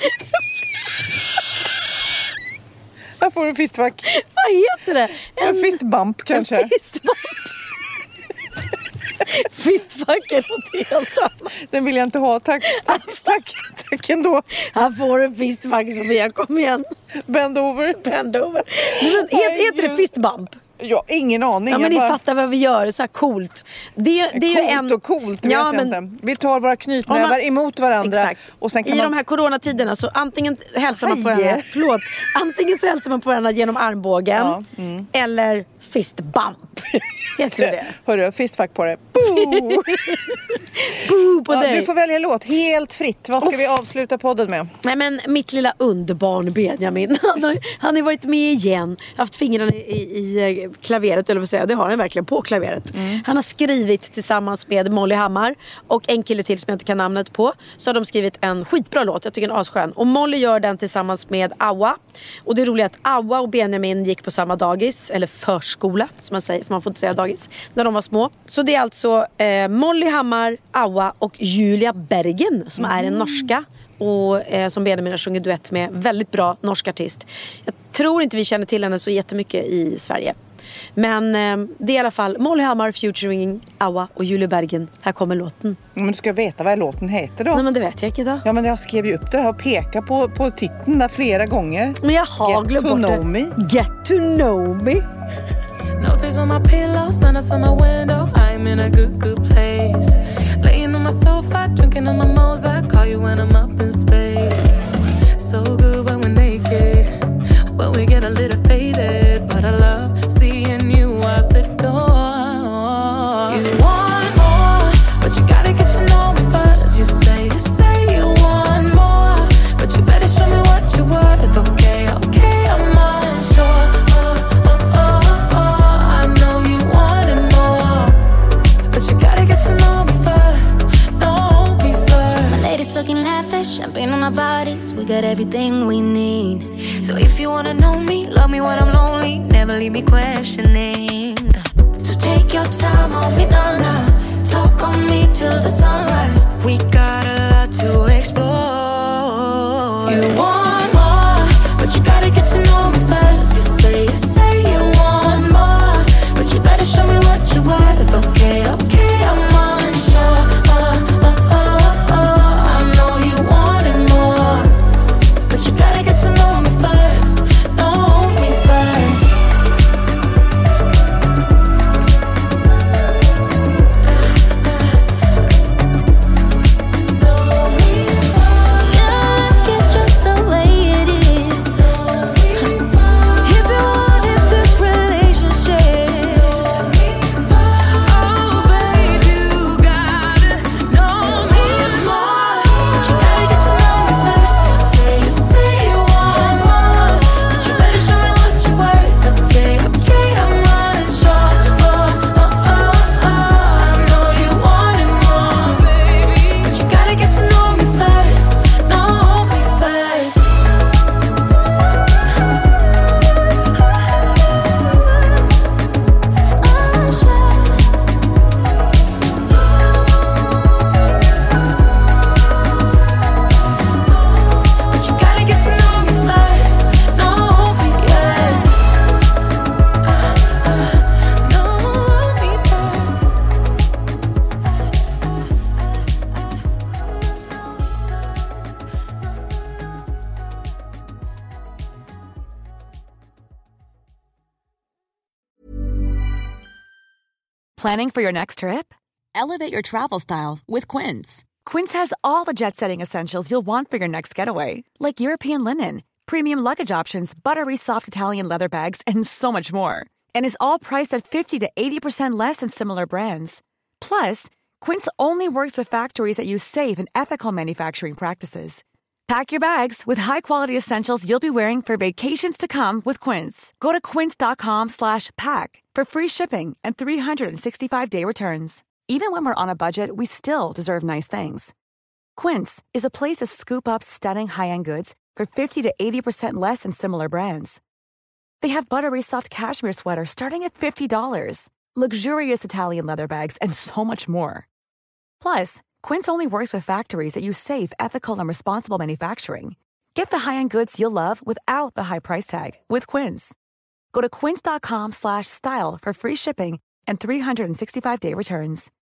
Här får du en fistfack. Vad heter det? En, en fistbump kanske. En fistbump. Fistfack är något helt annat. Den vill jag inte ha, tack. Tack, tack, tack ändå. Här får du en fistfack, Sofia, kom igen. Bend over. Bend over. Nej, men, heter, heter det fistbump? Ja, ingen aning. Ja, men ni bara... fattar vad vi gör, så här coolt. Det, det är coolt ju en... och coolt, vet ja, jag men... inte. Vi tar våra knytnävar man... emot varandra. Exakt. Och sen kan I man... de här coronatiderna så antingen hälsar man på varandra, förlåt, antingen så hälsar man på varandra genom armbågen ja. mm. eller fistbump. Jag tror det. Hörru, fistfack på det. Boo! Boo på ja, dig. Du får välja låt, helt fritt. Vad ska oh. vi avsluta podden med? Nej, men mitt lilla underbarn Benjamin, han har, han har varit med igen. Haft fingrarna i, i klaveret, eller vad säga. Det har han verkligen på klaveret. Mm. Han har skrivit tillsammans med Molly Hammar och en kille till som jag inte kan namnet på. Så har de skrivit en skitbra låt, jag tycker den är asskön. Och Molly gör den tillsammans med Awa. Och det är roligt att Awa och Benjamin gick på samma dagis, eller förskola som man säger, för man får inte säga dagis, när de var små. Så det är alltså eh, Molly Hammar, Awa och Julia Bergen som mm. är en norska. Och eh, som Benjamin har sjungit duett med, väldigt bra norsk artist. Jag tror inte vi känner till henne så jättemycket i Sverige. Men eh, det är i alla fall Molly Hammar featuring Awa och Julia Bergen. Här kommer låten. Men du ska veta vad låten heter då. Nej, men det vet jag inte då. Ja, men jag skrev ju upp det här och pekade på, på titeln där flera gånger. Men jag har glömt bort det. Get to know me. Get to know me. Notice on my pillow, sun outside my window. I'm in a good, good place. Laying on my sofa, drinking on my Mozart. Call you when I'm up in space. So good when we're naked. When we get a little faded. But I love seeing you out the door. You want more, but you gotta get to know me first. You say, you say you want more, but you better show me what you're worth. Okay, okay, I'm unsure. Looking lavish, champagne on our bodies. We got everything we need. So if you wanna know me, love me when I'm lonely. Never leave me questioning. So take your time on me, Donna. Talk on me till the sunrise. We got a lot to explore. You want more, but you gotta get to know me first. You say Planning for your next trip? Elevate your travel style with Quince. Quince has all the jet-setting essentials you'll want for your next getaway, like European linen, premium luggage options, buttery soft Italian leather bags, and so much more. And is all priced at fifty to eighty percent less than similar brands. Plus, Quince only works with factories that use safe and ethical manufacturing practices. Pack your bags with high-quality essentials you'll be wearing for vacations to come with Quince. Go to quince.com slash pack for free shipping and three sixty-five day returns. Even when we're on a budget, we still deserve nice things. Quince is a place to scoop up stunning high-end goods for fifty to eighty percent less than similar brands. They have buttery soft cashmere sweaters starting at fifty dollars, luxurious Italian leather bags, and so much more. Plus, Quince only works with factories that use safe, ethical, and responsible manufacturing. Get the high-end goods you'll love without the high price tag with Quince. Go to quince.com slash style for free shipping and three sixty-five day returns.